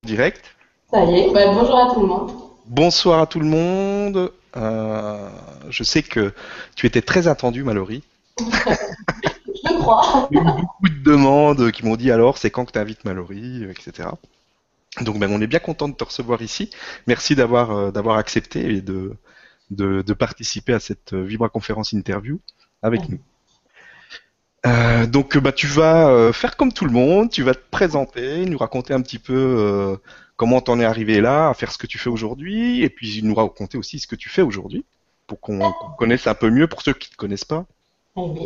Direct. Ça y est, bonjour à tout le monde. Bonsoir à tout le monde. Je sais que tu étais très attendu, Mallory. Je crois. J'ai eu beaucoup de demandes qui m'ont dit alors, c'est quand que tu invites Mallory, etc. Donc, on est bien content de te recevoir ici. Merci d'avoir accepté et de participer à cette Vibra-conférence interview avec nous. Tu vas faire comme tout le monde, tu vas te présenter, nous raconter un petit peu comment t'en es arrivé là, à faire ce que tu fais aujourd'hui, et puis nous raconter aussi ce que tu fais aujourd'hui, pour qu'on te connaisse un peu mieux, pour ceux qui ne te connaissent pas. Eh oui.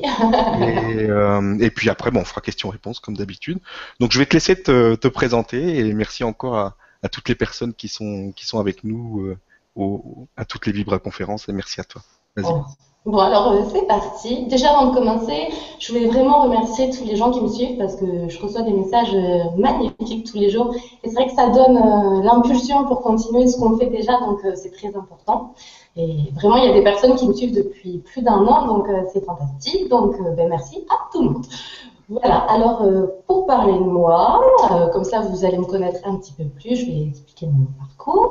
Et puis après, on fera question-réponse comme d'habitude. Donc je vais te laisser te présenter, et merci encore à toutes les personnes qui sont avec nous, à toutes les Vibra conférences, et merci à toi. Vas-y. Bon, alors c'est parti. Déjà avant de commencer, je voulais vraiment remercier tous les gens qui me suivent parce que je reçois des messages magnifiques tous les jours. Et c'est vrai que ça donne l'impulsion pour continuer ce qu'on fait déjà, donc c'est très important. Et vraiment, il y a des personnes qui me suivent depuis plus d'un an, donc c'est fantastique. Donc merci à tout le monde. Voilà, alors pour parler de moi, comme ça vous allez me connaître un petit peu plus, je vais expliquer mon parcours.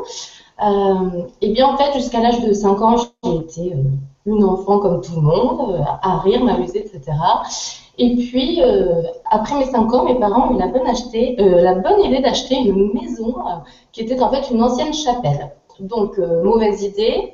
Et bien en fait, jusqu'à l'âge de 5 ans, j'ai été une enfant comme tout le monde, à rire, m'amuser, etc. Et puis, après mes 5 ans, mes parents ont eu la bonne idée d'acheter une maison qui était en fait une ancienne chapelle. Donc, mauvaise idée,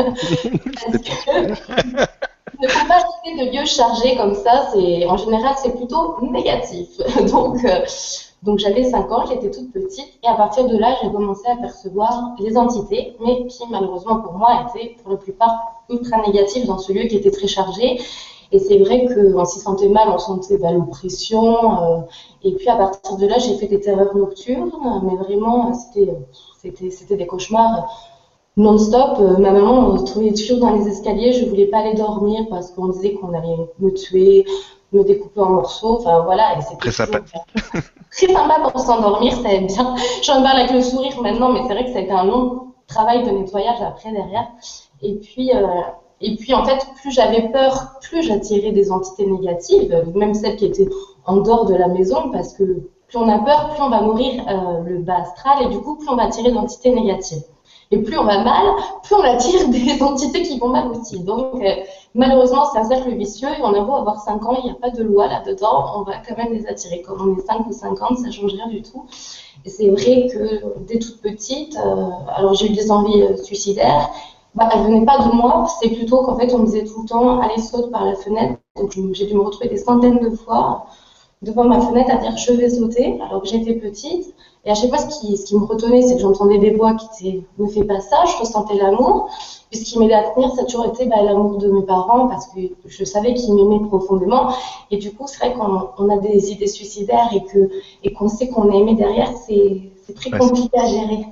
parce C'était pas que super. ne faut pas acheter de lieux chargés comme ça, en général, c'est plutôt négatif. Donc, donc j'avais 5 ans, j'étais toute petite, et à partir de là, j'ai commencé à percevoir les entités, mais qui malheureusement pour moi étaient pour la plupart ultra négatives dans ce lieu qui était très chargé. Et c'est vrai qu'on s'y sentait mal, on sentait l'oppression. Et puis à partir de là, j'ai fait des terreurs nocturnes, mais vraiment, c'était des cauchemars non-stop. Ma maman me trouvait toujours dans les escaliers. Je voulais pas aller dormir parce qu'on disait qu'on allait me tuer, me découper en morceaux. Enfin voilà, et c'était Très toujours sympathique. très sympa pour s'endormir. Ça aide bien. J'en parle avec le sourire maintenant, mais c'est vrai que ça a été un long travail de nettoyage après derrière. Et puis, euh, et puis en fait, plus j'avais peur, plus j'attirais des entités négatives, même celles qui étaient en dehors de la maison, parce que plus on a peur, plus on va nourrir le bas astral, et du coup, plus on va attirer d'entités négatives. Et plus on va mal, plus on attire des entités qui vont mal aussi. Donc, malheureusement, c'est un cercle vicieux et on a beau avoir 5 ans, il n'y a pas de loi là-dedans, on va quand même les attirer. Comme on est 5 ou 50, ça ne change rien du tout. Et c'est vrai que dès toute petite, alors j'ai eu des envies suicidaires, elles ne venaient pas de moi, c'est plutôt qu'en fait on me disait tout le temps, allez, saute par la fenêtre. Donc j'ai dû me retrouver des centaines de fois devant ma fenêtre à dire je vais sauter alors que j'étais petite. Et à chaque fois, ce qui me retenait, c'est que j'entendais des voix qui disaient ne fais pas ça, je ressentais l'amour. Puis ce qui m'aidait à tenir, ça a toujours été l'amour de mes parents parce que je savais qu'ils m'aimaient profondément. Et du coup, c'est vrai qu'on a des idées suicidaires et qu'on sait qu'on est aimé derrière, c'est très Ouais, c'est compliqué à gérer.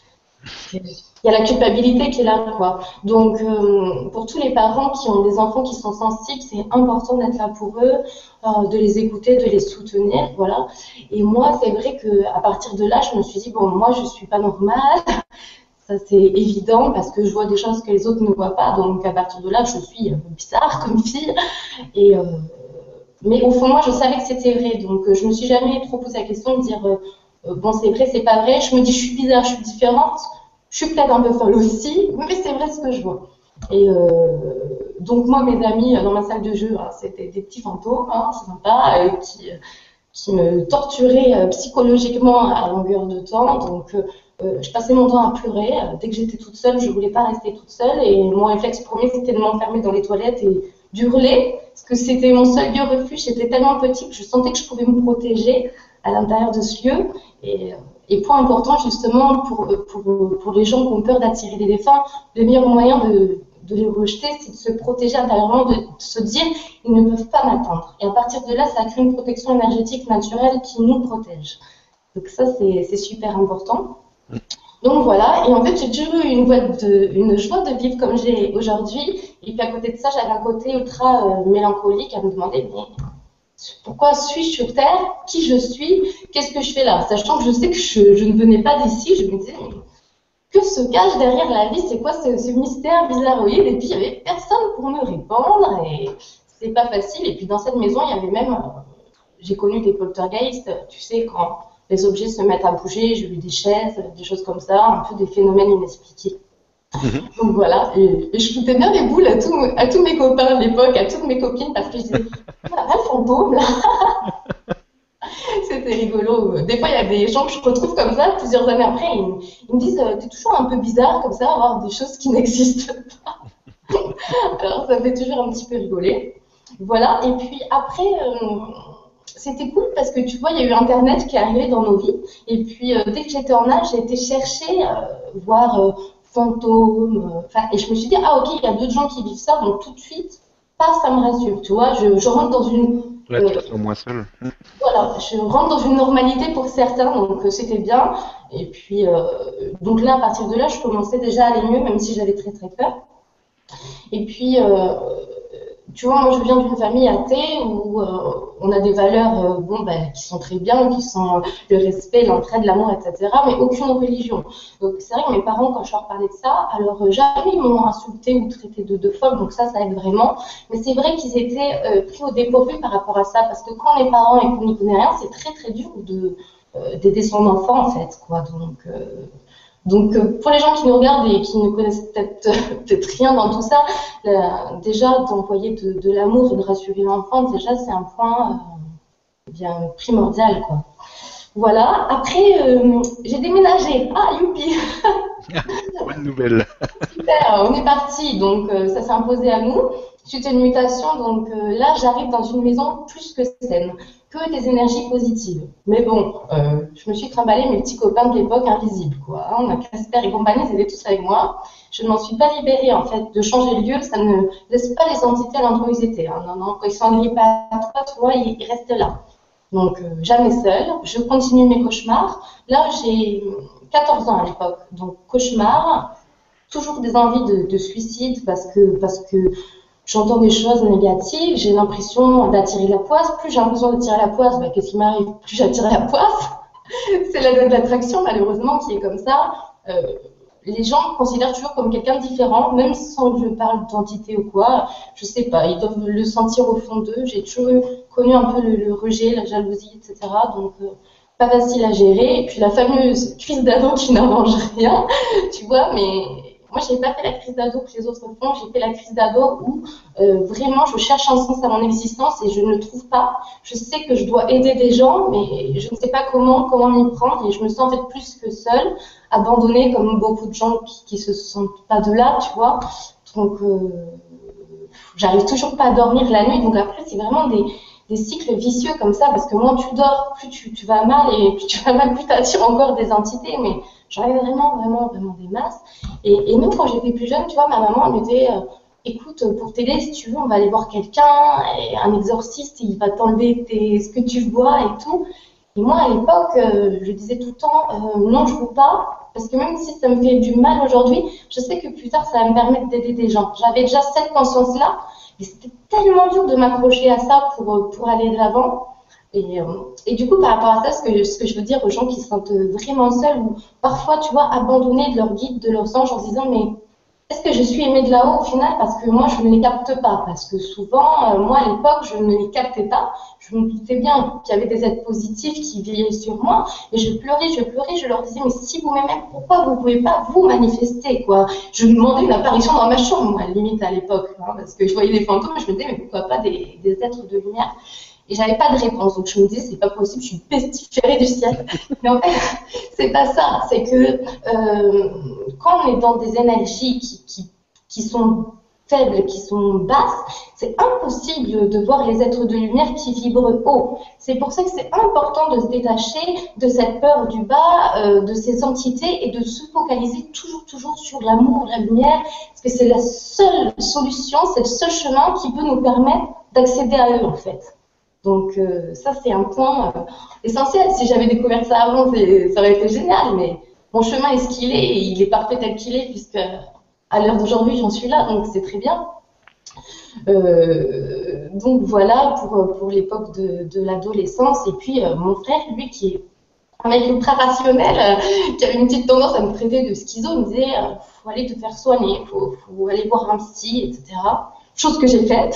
Il y a la culpabilité qui est là, quoi. Donc, pour tous les parents qui ont des enfants qui sont sensibles, c'est important d'être là pour eux, de les écouter, de les soutenir, voilà. Et moi, c'est vrai que à partir de là, je me suis dit bon, moi, je suis pas normale, ça c'est évident parce que je vois des choses que les autres ne voient pas. Donc, à partir de là, je suis bizarre comme fille. Et mais au fond, moi, je savais que c'était vrai. Donc, je me suis jamais trop posé la question de dire bon, c'est vrai, c'est pas vrai. Je me dis, je suis bizarre, je suis différente. Je suis peut-être un peu folle aussi, mais c'est vrai ce que je vois. Et donc, moi, mes amis dans ma salle de jeu, hein, c'était des petits fantômes, hein, c'est sympa, qui me torturaient psychologiquement à longueur de temps. Donc, je passais mon temps à pleurer. Dès que j'étais toute seule, je voulais pas rester toute seule. Et mon réflexe premier, c'était de m'enfermer dans les toilettes et d'hurler, parce que c'était mon seul lieu refuge. J'étais tellement petite que je sentais que je pouvais me protéger à l'intérieur de ce lieu. Et point important, justement, pour les gens qui ont peur d'attirer les défunts, le meilleur moyen de les rejeter, c'est de se protéger intérieurement, de se dire ils ne peuvent pas m'atteindre. Et à partir de là, ça crée une protection énergétique naturelle qui nous protège. Donc ça, c'est super important. Donc voilà, et en fait, j'ai toujours eu une joie de vivre comme j'ai aujourd'hui. Et puis à côté de ça, j'avais un côté ultra mélancolique à me demander, mais pourquoi suis-je sur Terre? Qui je suis? Qu'est-ce que je fais là? Sachant que je sais que je ne venais pas d'ici, je me disais, mais que se cache derrière la vie? C'est quoi ce mystère bizarroïde? Et puis, il n'y avait personne pour me répondre, et c'est pas facile. Et puis, dans cette maison, il y avait même, j'ai connu des poltergeists, tu sais, quand les objets se mettent à bouger, j'ai vu des chaises, des choses comme ça, un peu des phénomènes inexpliqués. Donc voilà, et je foutais bien les boules à tous mes copains de l'époque, à toutes mes copines, parce que je disais, ah, le fantôme là. C'était rigolo. Des fois, il y a des gens que je retrouve comme ça, plusieurs années après, ils me disent, t'es toujours un peu bizarre comme ça, avoir des choses qui n'existent pas. Alors, ça fait toujours un petit peu rigoler. Voilà, et puis après, c'était cool parce que tu vois, il y a eu Internet qui est arrivé dans nos vies. Et puis, dès que j'étais en âge, j'ai été chercher, voir fantômes. Et je me suis dit, ah ok, il y a d'autres gens qui vivent ça, donc tout de suite, ça me rassure. Tu vois, je rentre dans une. Là, tu te sens moins seul. Voilà, je rentre dans une normalité pour certains, donc c'était bien. Et puis, donc là, à partir de là, je commençais déjà à aller mieux, même si j'avais très très peur. Et puis, tu vois, moi je viens d'une famille athée où on a des valeurs qui sont très bien, qui sont le respect, l'entraide, l'amour, etc., mais aucune religion. Donc c'est vrai que mes parents, quand je leur parlais de ça, alors jamais ils m'ont insulté ou traité de folle, donc ça aide vraiment. Mais c'est vrai qu'ils étaient pris au dépourvu par rapport à ça, parce que quand on est parents et qu'on n'y connaît rien, c'est très très dur d'aider son enfant en fait, quoi. Donc, pour les gens qui nous regardent et qui ne connaissent peut-être rien dans tout ça, déjà d'envoyer de l'amour et de rassurer l'enfant, déjà c'est un point bien primordial, quoi. Voilà. Après, j'ai déménagé. Ah, youpi! Bonne nouvelle. Super, on est parti. Donc, ça s'est imposé à nous. Suite à une mutation, donc là, j'arrive dans une maison plus que saine, que des énergies positives. Mais bon, je me suis trimballée mes petits copains de l'époque invisibles, quoi. On a Casper et compagnie, ils étaient tous avec moi. Je ne m'en suis pas libérée, en fait, de changer le lieu. Ça ne laisse pas les entités à l'endroit où ils étaient. Hein. Non, non, quand ils sont agrippés à toi, tu vois, ils restent là. Donc, jamais seule. Je continue mes cauchemars. Là, j'ai 14 ans à l'époque. Donc, cauchemar, toujours des envies de suicide parce que j'entends des choses négatives, j'ai l'impression d'attirer la poisse. Plus j'ai l'impression d'attirer la poisse, qu'est-ce qui m'arrive? Plus j'attire la poisse. C'est la loi de l'attraction, malheureusement, qui est comme ça. Les gens me considèrent toujours comme quelqu'un de différent, même sans que je parle d'identité ou quoi. Je sais pas, ils doivent le sentir au fond d'eux. J'ai toujours connu un peu le rejet, la jalousie, etc. Donc, pas facile à gérer. Et puis la fameuse crise d'ado qui n'arrange rien, tu vois, mais moi, j'ai pas fait la crise d'ado que les autres font. J'ai fait la crise d'ado où vraiment je cherche un sens à mon existence et je ne le trouve pas. Je sais que je dois aider des gens, mais je ne sais pas comment m'y prendre et je me sens en fait plus que seule, abandonnée comme beaucoup de gens qui se sentent pas de là, tu vois. Donc, j'arrive toujours pas à dormir la nuit. Donc après, c'est vraiment des cycles vicieux comme ça, parce que moins tu dors, plus tu vas mal, et plus tu vas mal, plus tu attires encore des entités, mais j'arrive vraiment des masses. Et même quand j'étais plus jeune, tu vois, ma maman me disait, écoute, pour t'aider, si tu veux, on va aller voir quelqu'un, un exorciste, il va t'enlever ce que tu vois et tout. Et moi, à l'époque, je disais tout le temps, non, je ne veux pas, parce que même si ça me fait du mal aujourd'hui, je sais que plus tard, ça va me permettre d'aider des gens. J'avais déjà cette conscience-là, et c'était tellement dur de m'accrocher à ça pour aller de l'avant. Et du coup, par rapport à ça, ce que je veux dire aux gens qui se sentent vraiment seuls, ou parfois, tu vois, abandonnés de leur guide, de leurs anges, en se disant, mais est-ce que je suis aimée de là-haut au final? Parce que moi, je ne les capte pas. Parce que souvent, moi, à l'époque, je ne les captais pas. Je me doutais bien qu'il y avait des êtres positifs qui veillaient sur moi. Et je pleurais. Je leur disais, mais si vous m'aimez, pourquoi vous ne pouvez pas vous manifester, quoi? Je demandais une apparition dans ma chambre, moi, limite à l'époque. Hein, parce que je voyais des fantômes et je me disais, mais pourquoi pas des êtres de lumière? Et j'avais pas de réponse, donc je me disais c'est pas possible, je suis pestiférée du ciel. Mais en fait, c'est pas ça, c'est que quand on est dans des énergies qui sont faibles, qui sont basses, c'est impossible de voir les êtres de lumière qui vibrent haut. C'est pour ça que c'est important de se détacher de cette peur du bas, de ces entités et de se focaliser toujours sur l'amour, la lumière, parce que c'est la seule solution, c'est le seul chemin qui peut nous permettre d'accéder à eux en fait. Donc ça, c'est un point essentiel. Si j'avais découvert ça avant, ça aurait été génial, mais mon chemin est ce qu'il est et il est parfait tel qu'il est, puisque à l'heure d'aujourd'hui, j'en suis là, donc c'est très bien. Donc voilà pour l'époque de l'adolescence. Et puis mon frère, lui, qui est un mec ultra rationnel, qui avait une petite tendance à me traiter de schizo, me disait faut aller te faire soigner, faut aller voir un psy, etc. Chose que j'ai faite.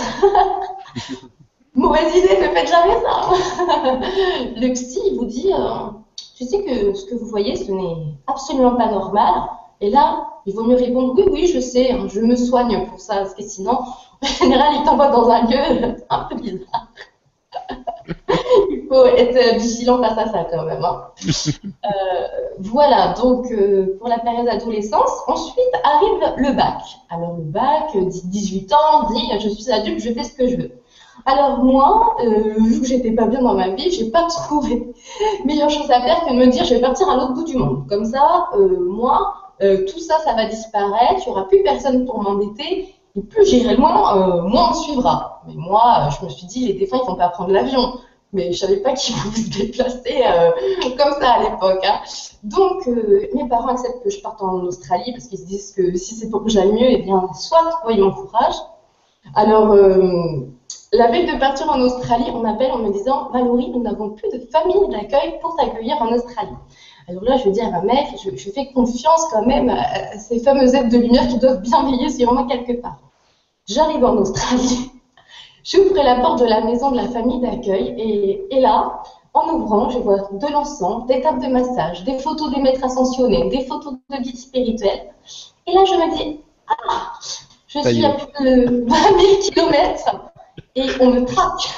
Mauvaise idée, ne faites jamais ça. Le psy, il vous dit tu sais que ce que vous voyez, ce n'est absolument pas normal. Et là, il vaut mieux répondre, oui, oui, je sais, hein, je me soigne pour ça, parce que sinon, en général, il t'envoie dans un lieu un peu bizarre. Il faut être vigilant face à ça quand même, hein. Voilà, donc pour la période d'adolescence, ensuite arrive le bac. Alors le bac, 18 ans, dit je suis adulte, je fais ce que je veux. Alors moi, vu que j'étais pas bien dans ma vie, j'ai pas trouvé meilleure chose à faire que de me dire je vais partir à l'autre bout du monde. Comme ça, moi, tout ça, ça va disparaître, il n'y aura plus personne pour m'embêter, et plus j'irai loin, moins on suivra. Mais moi, je me suis dit, les défunts, ils vont pas prendre l'avion. Mais je savais pas qu'ils pouvaient se déplacer comme ça à l'époque, hein. Donc, mes parents acceptent que je parte en Australie parce qu'ils se disent que si c'est pour que j'aille mieux, eh bien, soit, ils m'encouragent. Alors, la veille de partir en Australie, on m'appelle en me disant « Valérie, nous n'avons plus de famille d'accueil pour t'accueillir en Australie. » Alors là, je dis à ma mère, je fais confiance quand même à ces fameux êtres de lumière qui doivent bien veiller sur moi quelque part. J'arrive en Australie. J'ouvre la porte de la maison de la famille d'accueil et là, en ouvrant, je vois de l'encens, des tables de massage, des photos des maîtres ascensionnés, des photos de guides spirituels. Et là, je me dis, ah, je suis à plus de 20 000 kilomètres et on me traque.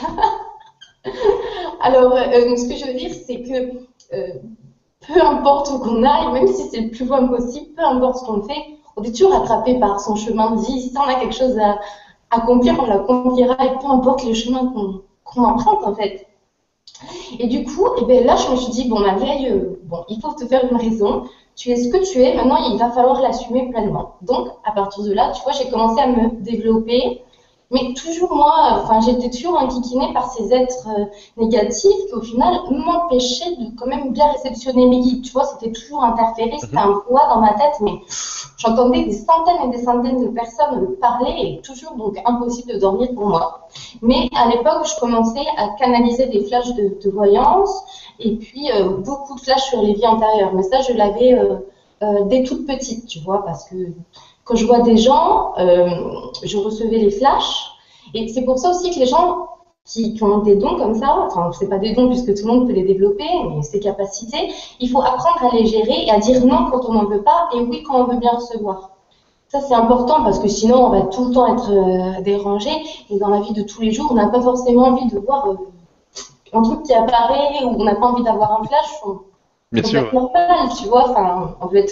Alors, ce que je veux dire, c'est que peu importe où qu'on aille, même si c'est le plus loin possible, peu importe ce qu'on fait, on est toujours attrapé par son chemin de vie. Si on a quelque chose à accomplir, on l'accomplira et peu importe le chemin qu'on emprunte en fait. Et du coup, eh bien, là, je me suis dit, bon, ma vieille, bon, il faut te faire une raison. Tu es ce que tu es, maintenant, il va falloir l'assumer pleinement. Donc, à partir de là, tu vois, j'ai commencé à me développer. Mais toujours moi, enfin, j'étais toujours enquiquinée par ces êtres négatifs qui, au final, m'empêchaient de quand même bien réceptionner mes guides. Tu vois, c'était toujours interféré, c'était un poids dans ma tête, mais j'entendais des centaines et des centaines de personnes me parler et toujours donc impossible de dormir pour moi. Mais à l'époque, je commençais à canaliser des flashs de voyance et puis beaucoup de flashs sur les vies antérieures. Mais ça, je l'avais dès toute petite, tu vois, parce que quand je vois des gens, je recevais les flashs. Et c'est pour ça aussi que les gens qui ont des dons comme ça, enfin, c'est pas des dons puisque tout le monde peut les développer, mais ces capacités, il faut apprendre à les gérer et à dire non quand on n'en veut pas et oui quand on veut bien recevoir. Ça, c'est important parce que sinon, on va tout le temps être dérangé. Et dans la vie de tous les jours, on n'a pas forcément envie de voir un truc qui apparaît ou on n'a pas envie d'avoir un flash. Bien sûr. C'est normal, tu vois. Enfin, on veut être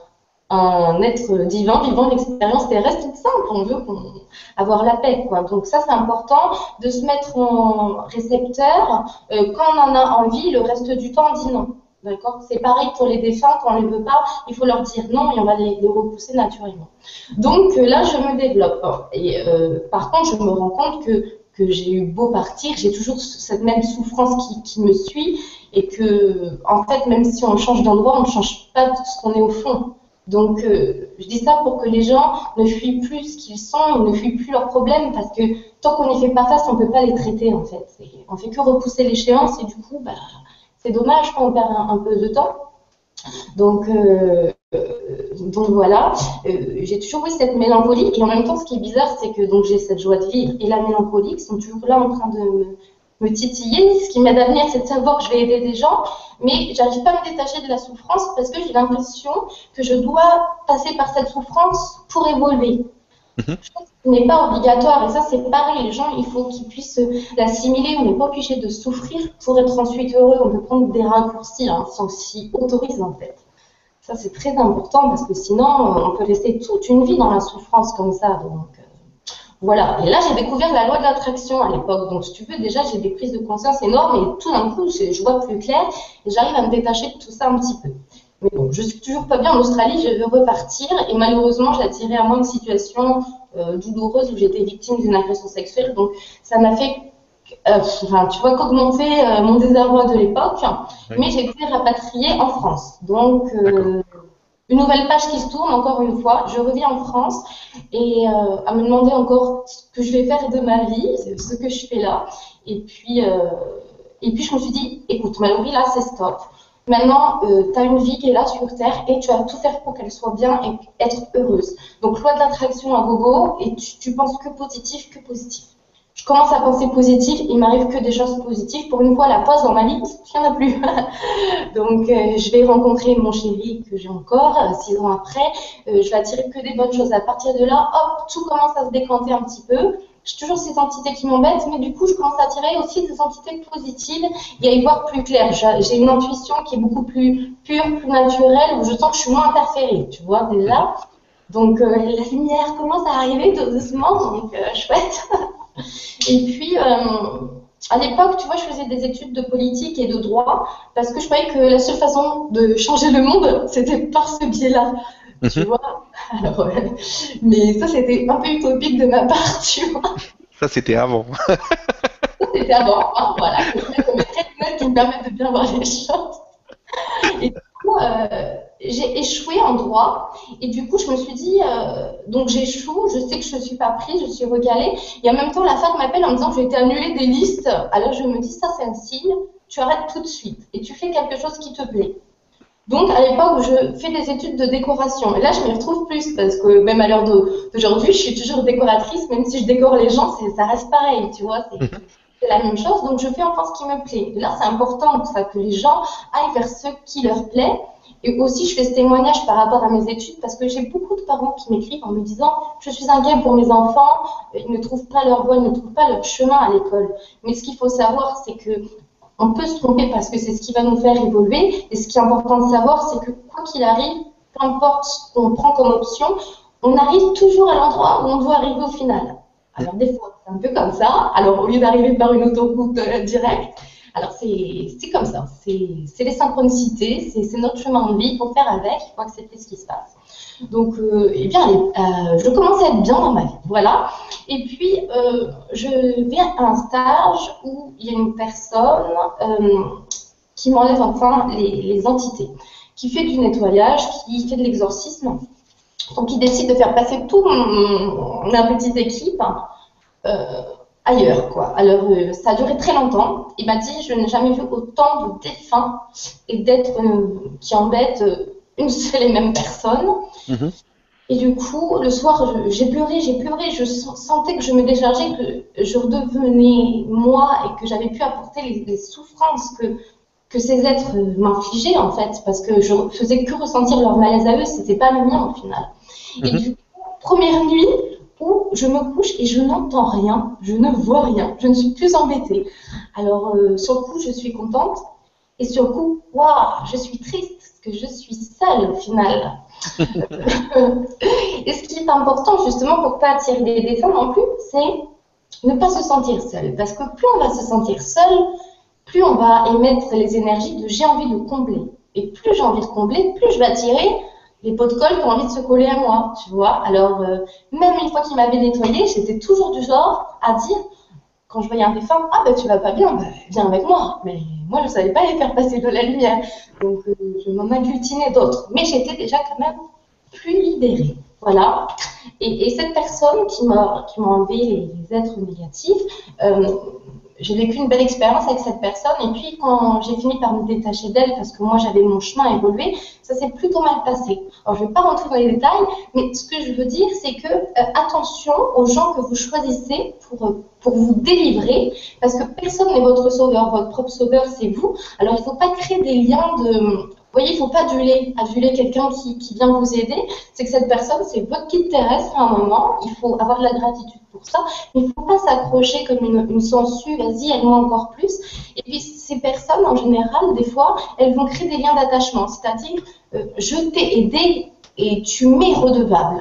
un être divin, vivant l'expérience terrestre toute simple, on veut avoir la paix, quoi. Donc ça, c'est important de se mettre en récepteur. Quand on en a envie, le reste du temps, on dit non. D'accord? C'est pareil pour les défunts, quand on ne les veut pas, il faut leur dire non et on va les repousser naturellement. Donc là, je me développe. Et par contre, je me rends compte que j'ai eu beau partir, j'ai toujours cette même souffrance qui me suit et que, en fait, même si on change d'endroit, on ne change pas de ce qu'on est au fond. Donc, je dis ça pour que les gens ne fuient plus ce qu'ils sont, ils ne fuient plus leurs problèmes, parce que tant qu'on n'y fait pas face, on ne peut pas les traiter, en fait. On ne fait que repousser l'échéance, et du coup, bah, c'est dommage quand on perd un peu de temps. Donc voilà, j'ai toujours eu cette mélancolie, et en même temps, ce qui est bizarre, c'est que donc j'ai cette joie de vivre et la mélancolie qui sont toujours là en train de me titiller. Ce qui m'aide à venir, c'est de savoir que je vais aider des gens, mais j'arrive pas à me détacher de la souffrance parce que j'ai l'impression que je dois passer par cette souffrance pour évoluer. Ce n'est pas obligatoire, et ça c'est pareil, les gens, il faut qu'ils puissent l'assimiler, on n'est pas obligé de souffrir pour être ensuite heureux, on peut prendre des raccourcis, hein, si on s'y autorise en fait. Ça c'est très important parce que sinon on peut rester toute une vie dans la souffrance comme ça, donc voilà. Et là j'ai découvert la loi de l'attraction à l'époque, donc si tu veux déjà j'ai des prises de conscience énormes et tout d'un coup je vois plus clair et j'arrive à me détacher de tout ça un petit peu. Mais bon, je suis toujours pas bien en Australie, je veux repartir et malheureusement j'ai attiré à moi une situation douloureuse où j'étais victime d'une agression sexuelle, donc ça m'a fait, enfin tu vois, qu'augmenter mon désarroi de l'époque, oui. Mais j'ai été rapatriée en France. Donc une nouvelle page qui se tourne encore une fois, je reviens en France et à me demander encore ce que je vais faire de ma vie, ce que je fais là. Et puis je me suis dit, écoute Mallory, là c'est stop. Maintenant, tu as une vie qui est là sur Terre et tu vas tout faire pour qu'elle soit bien et être heureuse. Donc, loi de l'attraction à gogo et tu penses que positif, que positif. je commence à penser positif, il m'arrive que des choses positives. Pour une fois, la pause dans ma vie, il n'y en a plus. Donc, je vais rencontrer mon chéri que j'ai encore, 6 ans après. Je vais attirer que des bonnes choses. À partir de là, hop, tout commence à se décanter un petit peu. J'ai toujours ces entités qui m'embêtent, mais du coup, je commence à attirer aussi des entités positives et à y voir plus clair. J'ai une intuition qui est beaucoup plus pure, plus naturelle, où je sens que je suis moins interférée, tu vois, déjà. Donc, la lumière commence à arriver tout doucement, donc chouette. Et puis, à l'époque, tu vois, je faisais des études de politique et de droit parce que je croyais que la seule façon de changer le monde, c'était par ce biais-là. Tu vois. Alors, mais ça, c'était un peu utopique de ma part, tu vois. Ça, c'était avant. Ça, c'était avant, hein, voilà. Je mets très lunettes qui me permettent de bien voir les choses. Et du coup, j'ai échoué en droit. Et du coup, je me suis dit, donc j'échoue, je sais que je ne suis pas prise, je suis recalée. Et en même temps, la fac m'appelle en me disant que j'ai été annulée des listes. Alors je me dis, ça c'est un signe, tu arrêtes tout de suite et tu fais quelque chose qui te plaît. Donc, à l'époque, je fais des études de décoration. Et là, je m'y retrouve plus parce que même à l'heure d'aujourd'hui, je suis toujours décoratrice. Même si je décore les gens, ça reste pareil, tu vois. C'est la même chose. Donc, je fais enfin ce qui me plaît. Et là, c'est important que les gens aillent vers ce qui leur plaît. Et aussi, je fais ce témoignage par rapport à mes études parce que j'ai beaucoup de parents qui m'écrivent en me disant « Je suis inquiet pour mes enfants, ils ne trouvent pas leur voie, ils ne trouvent pas leur chemin à l'école. » Mais ce qu'il faut savoir, c'est que on peut se tromper parce que c'est ce qui va nous faire évoluer. Et ce qui est important de savoir, c'est que quoi qu'il arrive, peu importe ce qu'on prend comme option, on arrive toujours à l'endroit où on doit arriver au final. Alors des fois, c'est un peu comme ça. Alors au lieu d'arriver par une autoroute directe, alors c'est comme ça. C'est les synchronicités, c'est notre chemin de vie. Il faut faire avec, il faut accepter ce qui se passe. Donc, eh bien, je commence à être bien dans ma vie, voilà. Et puis, je vais à un stage où il y a une personne qui m'enlève enfin les entités, qui fait du nettoyage, qui fait de l'exorcisme, donc qui décide de faire passer toute ma petite équipe ailleurs, quoi. Alors, ça a duré très longtemps. Il m'a dit, je n'ai jamais vu autant de défunts et d'êtres qui embêtent une seule et même personne. Et du coup, le soir, j'ai pleuré, je sentais que je me déchargeais, que je redevenais moi et que j'avais pu apporter les souffrances que ces êtres m'infligeaient en fait, parce que je faisais que ressentir leur malaise à eux, c'était pas le mien au final. Et du coup, première nuit où je me couche et je n'entends rien, je ne vois rien, je ne suis plus embêtée. Alors, sur le coup, je suis contente, et sur le coup, waouh, je suis triste, parce que je suis seule au final. Et ce qui est important justement pour ne pas attirer des défunts non plus, c'est ne pas se sentir seul. Parce que plus on va se sentir seul, plus on va émettre les énergies de j'ai envie de combler. Et plus j'ai envie de combler, plus je vais attirer les pots de colle qui ont envie de se coller à moi, tu vois. Alors, même une fois qu'il m'avait nettoyé, j'étais toujours du genre à dire, quand je voyais un défunt, ah ben tu vas pas bien, ben, viens avec moi. Mais moi, je ne savais pas les faire passer de la lumière. Donc, je m'en agglutinais d'autres. Mais j'étais déjà quand même plus libérée. Voilà. Et cette personne qui m'a enlevé les êtres négatifs, j'ai vécu une belle expérience avec cette personne. Et puis, quand j'ai fini par me détacher d'elle, parce que moi, j'avais mon chemin évolué, ça s'est plutôt mal passé. Alors, je ne vais pas rentrer dans les détails, mais ce que je veux dire, c'est que attention aux gens que vous choisissez pour vous délivrer, parce que personne n'est votre sauveur. Votre propre sauveur, c'est vous. Alors, il ne faut pas créer des liens de... Vous voyez, il ne faut pas aduler quelqu'un qui vient vous aider. C'est que cette personne, c'est votre guide terrestre à un moment. Il faut avoir de la gratitude pour ça. Mais il ne faut pas s'accrocher comme une sangsue. Vas-y, aide-moi encore plus. Et puis, ces personnes, en général, des fois, elles vont créer des liens d'attachement. C'est-à-dire, je t'ai aidé et tu m'es redevable.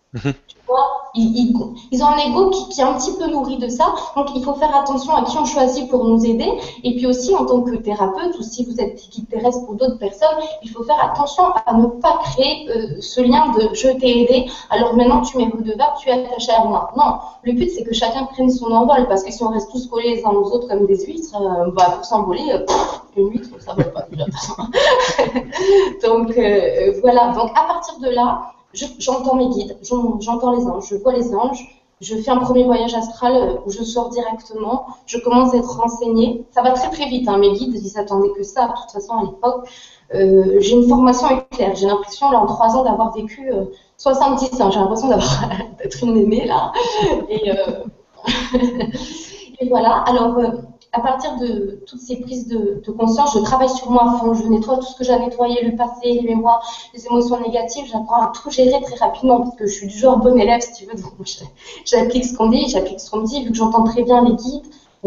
Ils ont un ego qui est un petit peu nourri de ça, donc il faut faire attention à qui on choisit pour nous aider. Et puis aussi en tant que thérapeute, ou si vous êtes guide terrestre pour d'autres personnes, il faut faire attention à ne pas créer ce lien de je t'ai aidé, alors maintenant tu m'es redevable, tu es attaché à moi. Non, le but c'est que chacun prenne son envol, parce que si on reste tous collés les uns aux autres comme des huîtres, pour s'envoler, une huître ça ne va pas déjà. Donc voilà, donc à partir de là, j'entends mes guides, j'entends les anges, je vois les anges, je fais un premier voyage astral où je sors directement, je commence à être renseignée. Ça va très très vite, hein. Mes guides, ils s'attendaient que ça, de toute façon à l'époque. J'ai une formation éclair, j'ai l'impression là en 3 ans d'avoir vécu 70 ans, j'ai l'impression d'être une aînée là. Et Et voilà, alors à partir de toutes ces prises de conscience, je travaille sur moi à fond, je nettoie tout ce que j'ai à nettoyer, le passé, les mémoires, les émotions négatives, j'apprends à tout gérer très rapidement parce que je suis du genre bon élève si tu veux, donc j'applique ce qu'on dit, j'applique ce qu'on me dit, vu que j'entends très bien les guides,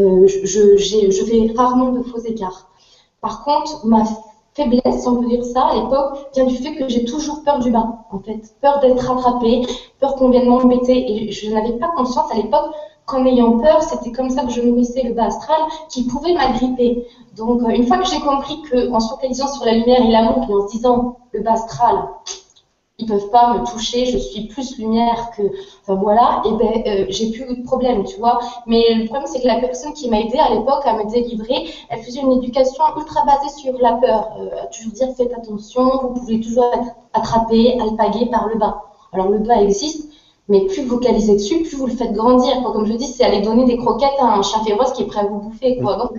je fais rarement de faux écarts. Par contre, ma faiblesse, si on peut dire ça, à l'époque, vient du fait que j'ai toujours peur du bas, en fait. Peur d'être rattrapée, peur qu'on vienne m'embêter. Et je n'avais pas conscience à l'époque qu'en ayant peur, c'était comme ça que je nourrissais le bas astral, qui pouvait m'agripper. Donc, une fois que j'ai compris qu'en se focalisant sur la lumière et l'amour, et en se disant, le bas astral, ils peuvent pas me toucher, je suis plus lumière que, enfin voilà, et ben j'ai plus de problème, tu vois. Mais le problème c'est que la personne qui m'a aidée à l'époque à me délivrer, elle faisait une éducation ultra basée sur la peur, à toujours dire faites attention, vous pouvez toujours être attrapé, alpagué par le bas. Alors le bas existe, mais plus vous vocalisez dessus, plus vous le faites grandir. Quoi. Comme je dis, c'est aller donner des croquettes à un chien féroce qui est prêt à vous bouffer, quoi. Donc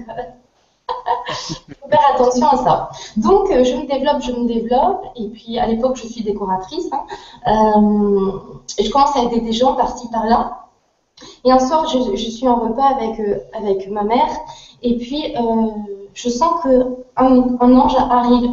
il faut faire attention à ça. Donc, je me développe, et puis à l'époque, je suis décoratrice, hein, et je commence à aider des gens par-ci, par-là. Et un soir, je suis en repas avec ma mère, et puis je sens qu'un ange arrive,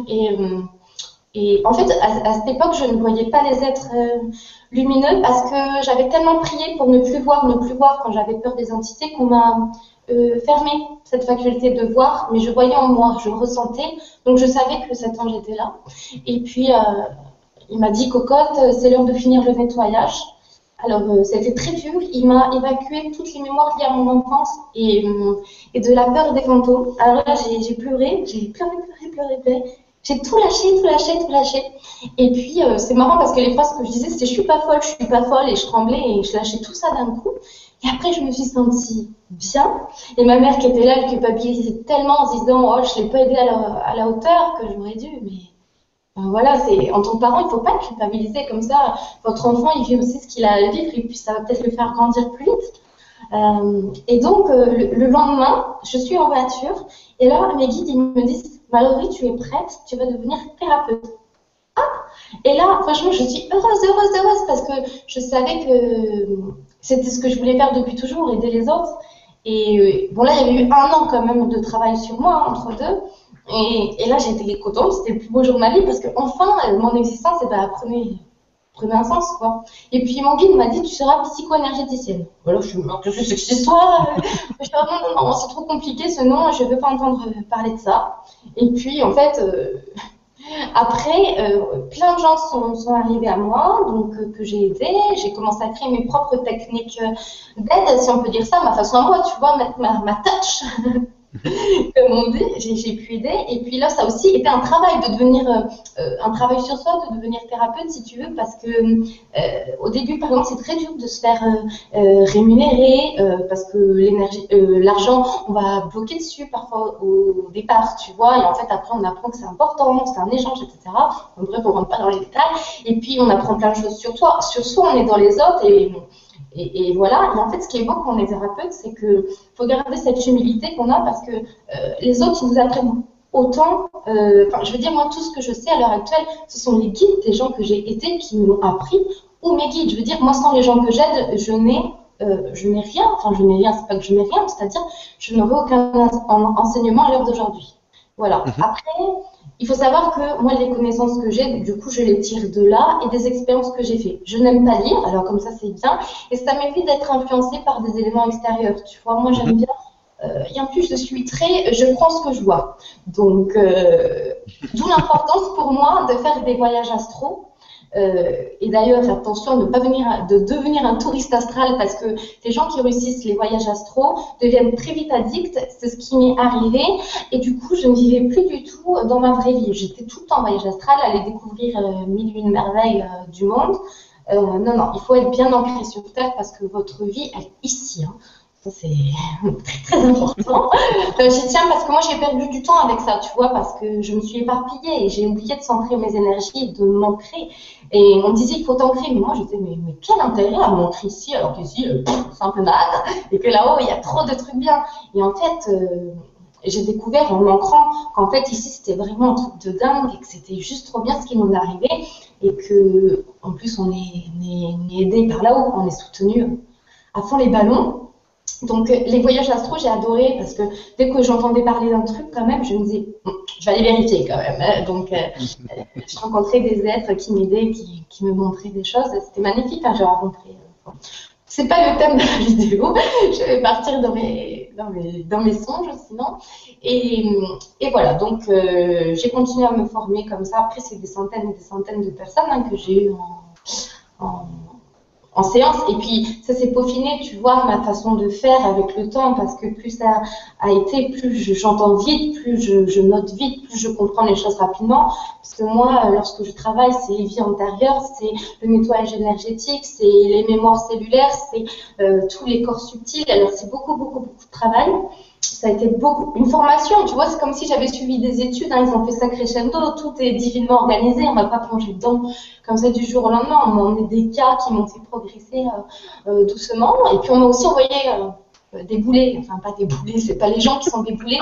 et en fait, à cette époque, je ne voyais pas les êtres lumineux parce que j'avais tellement prié pour ne plus voir quand j'avais peur des entités qu'on m'a fermé cette faculté de voir, mais je voyais en moi, je ressentais, donc je savais que cet ange était là. Et puis, il m'a dit, Cocotte, c'est l'heure de finir le nettoyage. Alors, c'était très dur, il m'a évacué toutes les mémoires liées à mon enfance et de la peur des fantômes. Alors là, j'ai pleuré, pleuré. J'ai tout lâché. Et puis, c'est marrant parce que les phrases que je disais, c'était je suis pas folle, et je tremblais et je lâchais tout ça d'un coup. Et après, je me suis sentie bien. Et ma mère qui était là, elle culpabilisait tellement en se disant, oh, je l'ai pas aidée à la hauteur que j'aurais dû. Mais voilà, en tant que parent, il ne faut pas culpabiliser comme ça. Votre enfant, il vit aussi ce qu'il a à vivre et puis ça va peut-être le faire grandir plus vite. Et donc, le lendemain, je suis en voiture et là, mes guides, ils me disent, Mallory, tu es prête, tu vas devenir thérapeute. Ah. Et là, franchement, je suis heureuse parce que je savais que c'était ce que je voulais faire depuis toujours, aider les autres. Et bon, là, il y avait eu 1 an quand même de travail sur moi, entre deux. Et là, j'étais contente, c'était le plus beau jour de ma vie parce que enfin, mon existence, prenait un sens, quoi. Et puis, mon guide m'a dit, tu seras psycho-énergéticienne. Voilà, je suis morte, qu'est-ce que c'est que cette histoire? Je dis, non, c'est trop compliqué ce nom, je ne veux pas entendre parler de ça. Et puis, en fait, après, plein de gens sont arrivés à moi, donc que j'ai aidé. J'ai commencé à créer mes propres techniques d'aide, si on peut dire ça, ma façon à moi, tu vois, mettre ma touch. Comme on dit, j'ai pu aider. Et puis là, ça a aussi été un travail de devenir, un travail sur soi, de devenir thérapeute, si tu veux, parce que au début, par exemple, c'est très dur de se faire rémunérer, parce que l'argent, on va bloquer dessus parfois au départ, tu vois. Et en fait, après, on apprend que c'est important, c'est un échange, etc. En bref, on ne rentre pas dans les détails. Et puis, on apprend plein de choses sur soi, on est dans les autres et voilà. Et en fait, ce qui est beau quand on est thérapeute, c'est qu'il faut garder cette humilité qu'on a parce que les autres, ils nous apprennent autant. Je veux dire, moi, tout ce que je sais à l'heure actuelle, ce sont les guides des gens que j'ai aidés qui me l'ont appris ou mes guides. Je veux dire, moi, sans les gens que j'aide, je n'ai rien. Enfin, je n'ai rien, c'est pas que je n'ai rien, c'est-à-dire, je n'aurai aucun enseignement à l'heure d'aujourd'hui. Voilà. Après, il faut savoir que moi, les connaissances que j'ai, du coup, je les tire de là et des expériences que j'ai faites. Je n'aime pas lire, alors comme ça, c'est bien. Et ça m'évite d'être influencée par des éléments extérieurs. Tu vois, moi, j'aime bien. Et en plus, je suis je prends ce que je vois. Donc, d'où l'importance pour moi de faire des voyages astro. Et d'ailleurs, attention de devenir un touriste astral parce que les gens qui réussissent les voyages astro deviennent très vite addicts. C'est ce qui m'est arrivé. Et du coup, je ne vivais plus du tout dans ma vraie vie. J'étais tout le temps en voyage astral, aller découvrir mille et une merveilles du monde. Non, il faut être bien ancré sur Terre parce que votre vie, elle est ici. Hein. Ça, c'est très, très important. J'y tiens parce que moi, j'ai perdu du temps avec ça, tu vois, parce que je me suis éparpillée et j'ai oublié de centrer mes énergies et de m'ancrer. Et on me disait qu'il faut t'ancrer, mais moi, je disais, mais quel intérêt à m'ancrer ici, alors qu'ici, c'est un peu nade, et que là-haut, il y a trop de trucs bien. Et en fait, j'ai découvert en m'ancrant qu'en fait, ici, c'était vraiment un truc de dingue et que c'était juste trop bien ce qui nous est arrivé et que, en plus, on est aidé par là-haut, on est soutenu à fond les ballons. Donc, les voyages astro, j'ai adoré parce que dès que j'entendais parler d'un truc, quand même, je me disais, je vais aller vérifier quand même, hein. Donc, je rencontrais des êtres qui m'aidaient, qui me montraient des choses. C'était magnifique, hein, j'ai rencontré. C'est pas le thème de la vidéo. Je vais partir dans mes songes sinon. Et voilà, donc j'ai continué à me former comme ça. Après, c'est des centaines et des centaines de personnes, hein, que j'ai eues en séance. Et puis, ça s'est peaufiné, tu vois, ma façon de faire avec le temps, parce que plus ça a été, plus j'entends vite, plus je note vite, plus je comprends les choses rapidement. Parce que moi, lorsque je travaille, c'est les vies antérieures, c'est le nettoyage énergétique, c'est les mémoires cellulaires, c'est tous les corps subtils. Alors, c'est beaucoup, beaucoup, beaucoup de travail. Ça a été une formation, tu vois, c'est comme si j'avais suivi des études, hein, ils ont fait ça crescendo, tout est divinement organisé, on ne va pas plonger dedans comme ça du jour au lendemain, on a des cas qui m'ont fait progresser doucement, et puis on m'a aussi envoyé des boulets, enfin pas des boulets, c'est pas les gens qui sont des boulets,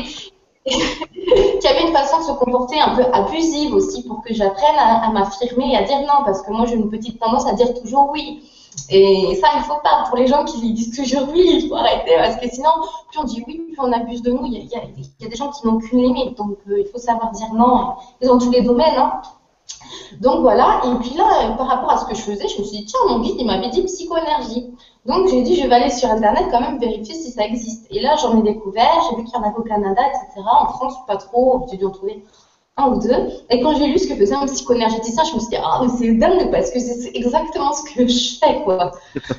qui avaient une façon de se comporter un peu abusive aussi pour que j'apprenne à m'affirmer et à dire non, parce que moi j'ai une petite tendance à dire toujours oui. Et ça, il ne faut pas. Pour les gens qui disent toujours oui, il faut arrêter, parce que sinon, plus on dit oui, plus on abuse de nous. Il y a des gens qui n'ont qu'une limite, donc il faut savoir dire non. Et dans tous les domaines, hein. Donc voilà, et puis là, par rapport à ce que je faisais, je me suis dit, tiens, mon guide, il m'avait dit psychoénergie. Donc j'ai dit, je vais aller sur Internet quand même vérifier si ça existe. Et là, j'en ai découvert, j'ai vu qu'il y en avait au Canada, etc. En France, pas trop, j'ai dû en trouver un ou deux. Et quand j'ai lu ce que faisait un psychoénergéticien, je me suis dit, ah, mais c'est dingue, parce que c'est exactement ce que je fais, quoi.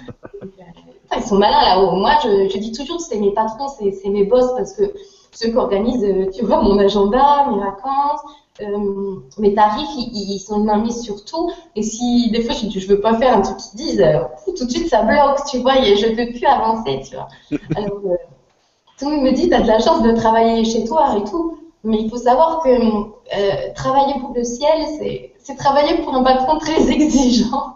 Ils sont malins là-haut. Moi, je dis toujours, c'est mes patrons, c'est mes boss, parce que ceux qui organisent, tu vois, mon agenda, mes vacances, mes tarifs, ils sont une mainmise sur tout. Et si des fois je veux pas faire un truc qu'ils disent, tout de suite ça bloque, tu vois, et je peux plus avancer, tu vois. Alors, tout le monde me dit, t'as de la chance de travailler chez toi et tout. Mais il faut savoir que travailler pour le ciel, c'est travailler pour un patron très exigeant.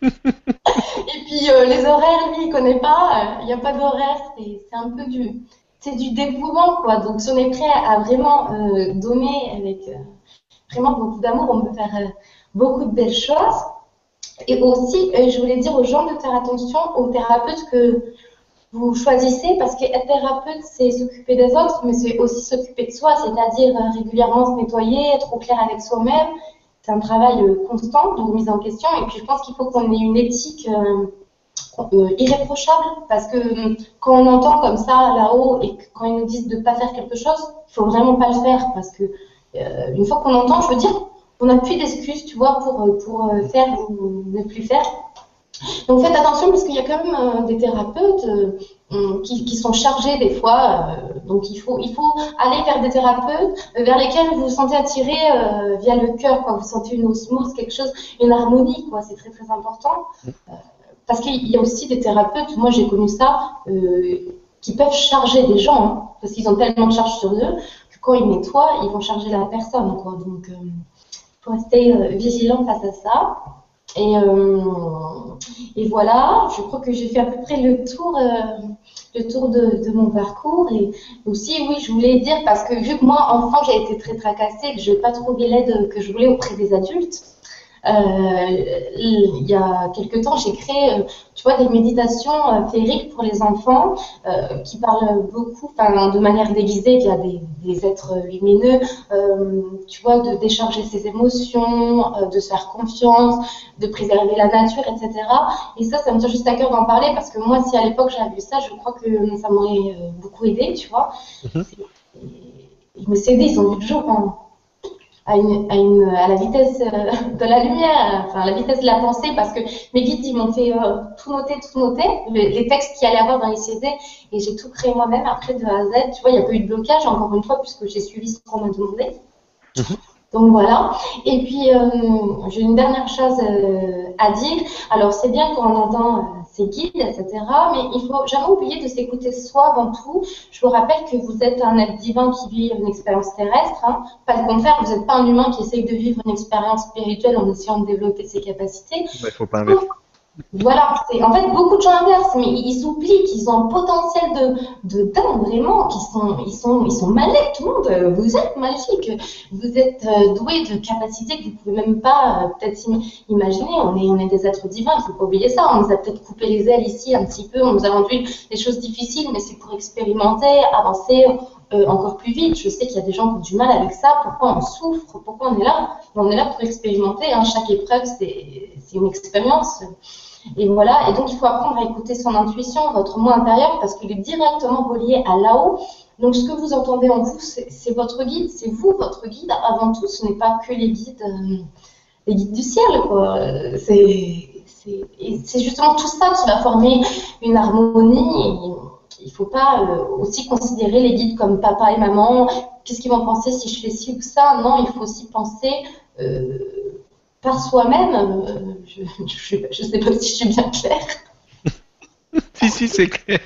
Et puis les horaires, lui, il connaît pas. Il n'y a pas d'horaire. C'est un peu du dévouement, quoi. Donc si on est prêt à vraiment donner avec vraiment beaucoup d'amour, on peut faire beaucoup de belles choses. Et aussi, je voulais dire aux gens de faire attention aux thérapeutes que vous choisissez, parce qu'être thérapeute, c'est s'occuper des autres, mais c'est aussi s'occuper de soi, c'est-à-dire régulièrement se nettoyer, être au clair avec soi-même. C'est un travail constant de remise en question. Et puis je pense qu'il faut qu'on ait une éthique irréprochable, parce que quand on entend comme ça là-haut et quand ils nous disent de ne pas faire quelque chose, il faut vraiment pas le faire, parce que une fois qu'on entend, je veux dire, on n'a plus d'excuses, tu vois, pour faire ou ne plus faire. Donc faites attention, parce qu'il y a quand même des thérapeutes qui sont chargés des fois. Donc il faut aller vers des thérapeutes vers lesquels vous vous sentez attiré via le cœur, quoi. Vous sentez une osmose, quelque chose, une harmonie, quoi. C'est très très important. Parce qu'il y a aussi des thérapeutes, moi j'ai connu ça, qui peuvent charger des gens, hein, parce qu'ils ont tellement de charge sur eux que quand ils nettoient, ils vont charger la personne, quoi. Donc il faut rester vigilant face à ça. Et voilà, je crois que j'ai fait à peu près le tour de mon parcours. Et aussi, oui, je voulais dire, parce que vu que moi, enfant, j'ai été très tracassée, que je n'ai pas trouvé l'aide que je voulais auprès des adultes, il y a quelques temps, j'ai créé, tu vois, des méditations féeriques pour les enfants qui parlent beaucoup, de manière déguisée via des êtres lumineux, tu vois, de décharger ses émotions, de se faire confiance, de préserver la nature, etc. Et ça me tient juste à cœur d'en parler, parce que moi, si à l'époque j'avais vu ça, je crois que ça m'aurait beaucoup aidé, tu vois. Ils me cédaient, ils ont vu le jour à la vitesse de la lumière, enfin à la vitesse de la pensée, parce que mes guides, ils m'ont fait tout noter, les textes qu'il y allait avoir dans les CD, et j'ai tout créé moi-même après de A à Z. Tu vois, il n'y a pas eu de blocage, encore une fois, puisque j'ai suivi ce qu'on m'a demandé. Donc voilà. Et puis, j'ai une dernière chose à dire. Alors, c'est bien qu'on entend ses guides, etc. Mais il faut jamais oublier de s'écouter soi avant tout. Je vous rappelle que vous êtes un être divin qui vit une expérience terrestre. Hein. Pas le contraire, vous n'êtes pas un humain qui essaye de vivre une expérience spirituelle en essayant de développer ses capacités. Il ne faut pas inverser. Voilà, en fait beaucoup de gens inversent, mais ils oublient qu'ils ont un potentiel de dingue, vraiment, ils sont magiques, tout le monde. Vous êtes magique, vous êtes doué de capacités que vous ne pouvez même pas peut-être imaginer. On est des êtres divins, il ne faut pas oublier ça. On nous a peut-être coupé les ailes ici un petit peu, on nous a rendu des choses difficiles, mais c'est pour expérimenter, avancer encore plus vite. Je sais qu'il y a des gens qui ont du mal avec ça. Pourquoi on souffre? Pourquoi on est là? On est là pour expérimenter. Hein. Chaque épreuve, c'est une expérience. Et voilà, et donc il faut apprendre à écouter son intuition, votre moi intérieur, parce qu'il est directement relié à là-haut. Donc ce que vous entendez en vous, c'est votre guide, c'est vous, votre guide. Avant tout, ce n'est pas que les guides du ciel, quoi. C'est justement tout ça qui va former une harmonie. Et il ne faut pas aussi considérer les guides comme papa et maman. Qu'est-ce qu'ils vont penser si je fais ci ou ça? Non, il faut aussi penser par soi-même. Je ne sais pas si je suis bien claire. Si, c'est clair.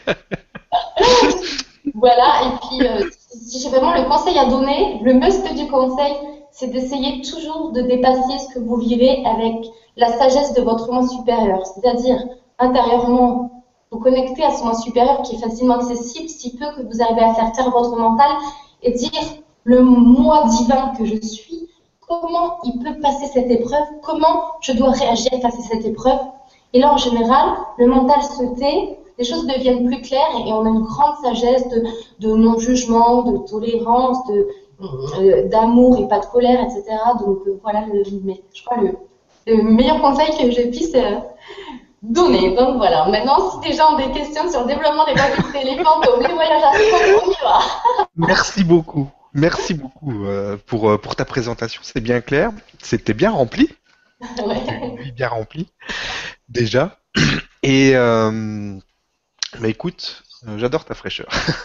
Voilà, et puis si j'ai vraiment le conseil à donner, le must du conseil, c'est d'essayer toujours de dépasser ce que vous vivez avec la sagesse de votre moi supérieur, c'est-à-dire intérieurement vous connecter à ce moi supérieur qui est facilement accessible, si peu que vous arrivez à faire taire votre mental et dire le moi divin que je suis, comment il peut passer cette épreuve, comment je dois réagir face à cette épreuve. Et là, en général, le mental se tait, les choses deviennent plus claires et on a une grande sagesse de non-jugement, de tolérance, d'amour et pas de colère, etc. Donc voilà, je crois le meilleur conseil que je puisse donner. Donc voilà, maintenant, si des gens ont des questions sur le développement des facultés, les fantômes, les voyages astraux, on y va. Merci beaucoup. Merci beaucoup pour ta présentation, c'est bien clair. C'était bien rempli. Ouais. Bien rempli, déjà. Et bah écoute, j'adore ta fraîcheur.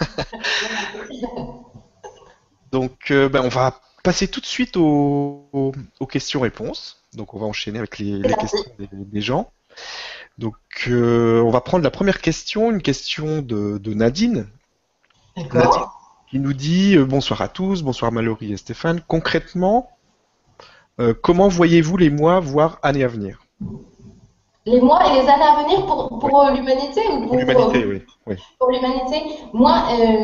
Donc, on va passer tout de suite aux questions-réponses. Donc, on va enchaîner avec les questions des gens. Donc, on va prendre la première question, une question de Nadine. Nadine D'accord. qui nous dit bonsoir à tous, bonsoir Mallory et Stéphane. Concrètement, comment voyez-vous les mois, voire années à venir? Les mois et les années à venir pour Oui. l'humanité ou Pour l'humanité, oui. Oui. pour l'humanité? Moi,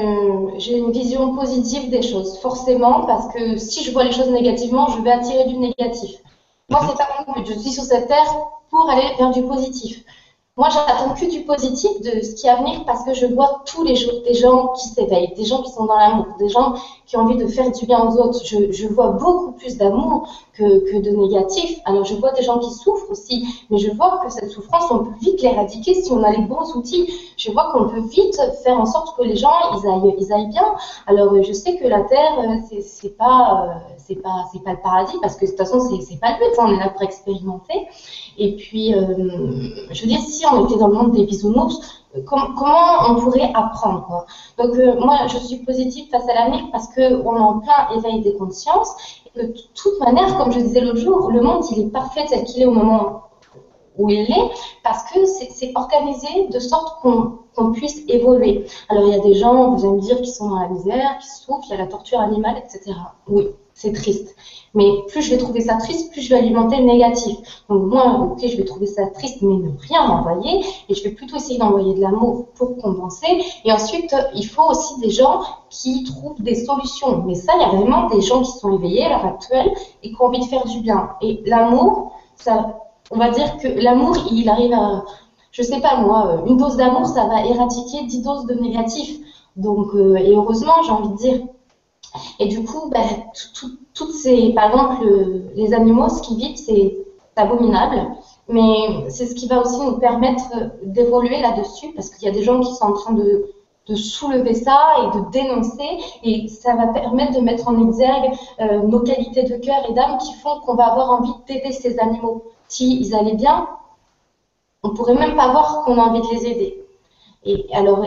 j'ai une vision positive des choses, forcément, parce que si je vois les choses négativement, je vais attirer du négatif. Moi, Mhm. c'est pas mon but. Je suis sur cette terre pour aller vers du positif. Moi, j'attends que du positif de ce qui est à venir parce que je vois tous les jours des gens qui s'éveillent, des gens qui sont dans l'amour, des gens qui ont envie de faire du bien aux autres. Je vois beaucoup plus d'amour que de négatif. Alors, je vois des gens qui souffrent aussi, mais je vois que cette souffrance, on peut vite l'éradiquer si on a les bons outils. Je vois qu'on peut vite faire en sorte que les gens, ils aillent bien. Alors, je sais que la Terre, c'est pas le paradis parce que de toute façon, c'est pas le but. Hein, on est là pour expérimenter. Et puis, je veux dire, si on était dans le monde des bisounours, comment on pourrait apprendre, quoi. Donc, moi, je suis positive face à l'avenir parce qu'on est en plein éveil des consciences. Et de toute manière, comme je disais l'autre jour, le monde, il est parfait tel qu'il est au moment où il est, parce que c'est organisé de sorte qu'on puisse évoluer. Alors, il y a des gens, vous allez me dire, qui sont dans la misère, qui souffrent, il y a la torture animale, etc. Oui, c'est triste. Mais plus je vais trouver ça triste, plus je vais alimenter le négatif. Donc moi, ok, je vais trouver ça triste, mais ne rien envoyer, et je vais plutôt essayer d'envoyer de l'amour pour compenser. Et ensuite, il faut aussi des gens qui trouvent des solutions. Mais ça, il y a vraiment des gens qui sont éveillés à l'heure actuelle et qui ont envie de faire du bien. Et l'amour, ça, on va dire que l'amour, il arrive à, je sais pas moi, une dose d'amour, ça va éradiquer 10 doses de négatif. Donc, et heureusement, j'ai envie de dire. Et du coup, ben, toutes ces, par exemple, les animaux, ce qu'ils vivent, c'est abominable. Mais c'est ce qui va aussi nous permettre d'évoluer là-dessus, parce qu'il y a des gens qui sont en train de soulever ça et de dénoncer, et ça va permettre de mettre en exergue nos qualités de cœur et d'âme qui font qu'on va avoir envie d'aider ces animaux. S'ils allaient bien, on pourrait même pas voir qu'on a envie de les aider. Et alors,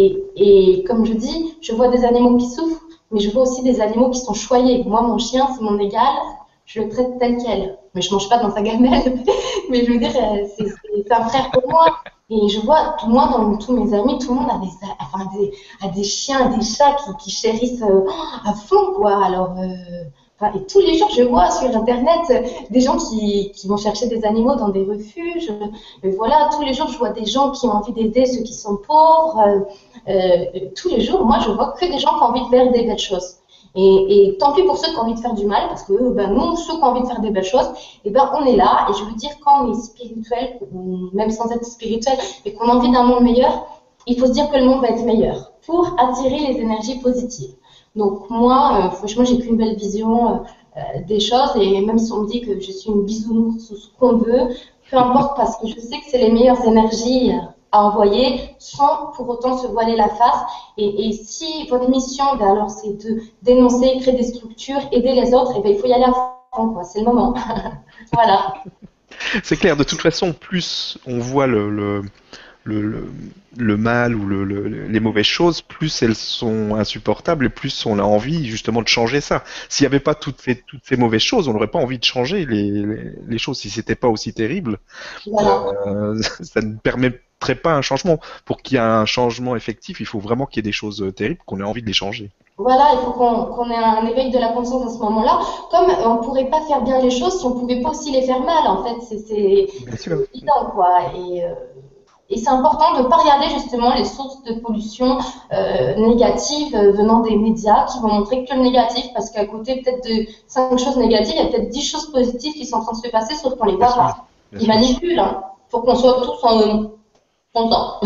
et comme je dis, je vois des animaux qui souffrent, mais je vois aussi des animaux qui sont choyés. Moi, mon chien, c'est mon égal, je le traite tel quel. Mais je mange pas dans sa gamelle. Mais je veux dire, c'est un frère pour moi. Et je vois, moi, dans tous mes amis, tout le monde a des chiens, des chats qui chérissent à fond, quoi. Alors, Enfin, et tous les jours, je vois sur Internet des gens qui vont chercher des animaux dans des refuges. Et voilà, tous les jours, je vois des gens qui ont envie d'aider ceux qui sont pauvres. Tous les jours, moi, je vois que des gens qui ont envie de faire des belles choses. Et tant pis pour ceux qui ont envie de faire du mal, parce que nous, ceux qui ont envie de faire des belles choses, on est là. Et je veux dire, quand on est spirituel, ou même sans être spirituel, et qu'on a envie d'un monde meilleur, il faut se dire que le monde va être meilleur pour attirer les énergies positives. Donc moi, franchement, j'ai qu'une belle vision des choses. Et même si on me dit que je suis une bisounours ou ce qu'on veut, peu importe, parce que je sais que c'est les meilleures énergies à envoyer sans pour autant se voiler la face. Et si votre mission, alors c'est de dénoncer, créer des structures, aider les autres, il faut y aller à fond, quoi. C'est le moment. Voilà. C'est clair, de toute façon, plus on voit le, le mal ou les mauvaises choses, plus elles sont insupportables et plus on a envie justement de changer ça. S'il n'y avait pas toutes ces mauvaises choses, on n'aurait pas envie de changer les choses. Si c'était pas aussi terrible, Voilà. ça ne permettrait pas un changement. Pour qu'il y ait un changement effectif, il faut vraiment qu'il y ait des choses terribles, qu'on ait envie de les changer. Voilà, il faut qu'on ait un éveil de la conscience à ce moment-là. Comme on ne pourrait pas faire bien les choses si on ne pouvait pas aussi les faire mal, en fait, c'est Bien sûr. évident, quoi. Et c'est important de ne pas regarder justement les sources de pollution négatives venant des médias qui vont montrer que le négatif, parce qu'à côté peut-être de 5 choses négatives, il y a peut-être 10 choses positives qui sont en train de se passer, sauf qu'on les Bien voit sûr. pas. Bien Ils sûr. manipulent, hein. Faut qu'on soit tous contents.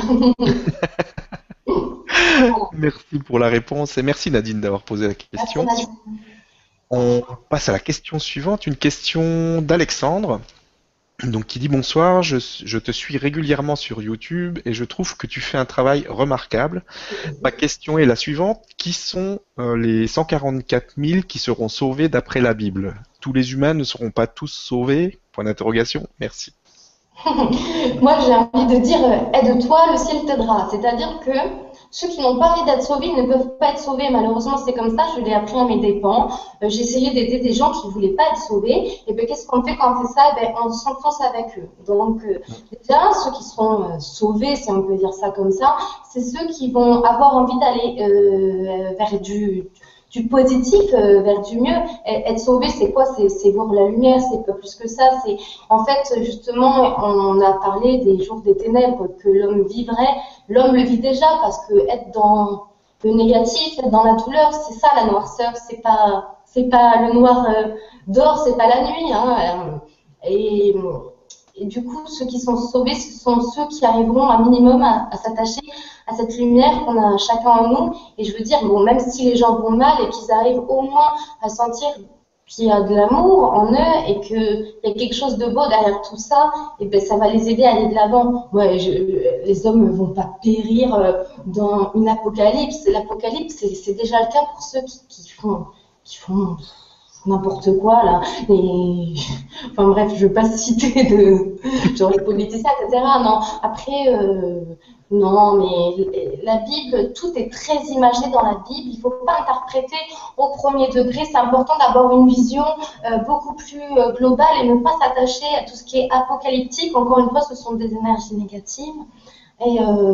Voilà. Merci pour la réponse et merci Nadine d'avoir posé la Merci, question. Nadine. On passe à la question suivante, une question d'Alexandre. Donc, qui dit bonsoir, je te suis régulièrement sur YouTube et je trouve que tu fais un travail remarquable. Ma question est la suivante. Qui sont les 144 000 qui seront sauvés d'après la Bible? Tous les humains ne seront pas tous sauvés? Point d'interrogation. Merci. Moi, j'ai envie de dire, aide-toi, le ciel t'aidera. C'est-à-dire que ceux qui n'ont pas envie d'être sauvés ne peuvent pas être sauvés. Malheureusement, c'est comme ça. Je l'ai appris à mes dépens. J'ai essayé d'aider des gens qui ne voulaient pas être sauvés. Et bien, qu'est-ce qu'on fait quand on fait ça? On s'enfonce avec eux. Donc, déjà, ceux qui seront sauvés, si on peut dire ça comme ça, c'est ceux qui vont avoir envie d'aller vers du positif, vers du mieux. Être sauvé, c'est quoi? C'est voir la lumière, c'est pas plus que ça. C'est en fait, justement, on a parlé des jours des ténèbres que l'homme vivrait. L'homme le vit déjà parce que être dans le négatif, être dans la douleur, c'est ça la noirceur. C'est pas le noir d'or, c'est pas la nuit. Hein. Et du coup, ceux qui sont sauvés, ce sont ceux qui arriveront un minimum à s'attacher à cette lumière qu'on a chacun en nous. Et je veux dire, bon, même si les gens vont mal et qu'ils arrivent au moins à sentir qu'il y a de l'amour en eux et qu'il y a quelque chose de beau derrière tout ça, et ben ça va les aider à aller de l'avant. Ouais, les hommes ne vont pas périr dans une apocalypse. L'apocalypse, c'est déjà le cas pour ceux qui font n'importe quoi là. Et enfin bref, je veux pas citer de genre les politiciens, etc. Non, après non, mais la Bible, tout est très imagé dans la Bible. Il faut pas interpréter au premier degré. C'est important d'avoir une vision beaucoup plus globale et ne pas s'attacher à tout ce qui est apocalyptique. Encore une fois, ce sont des énergies négatives. Et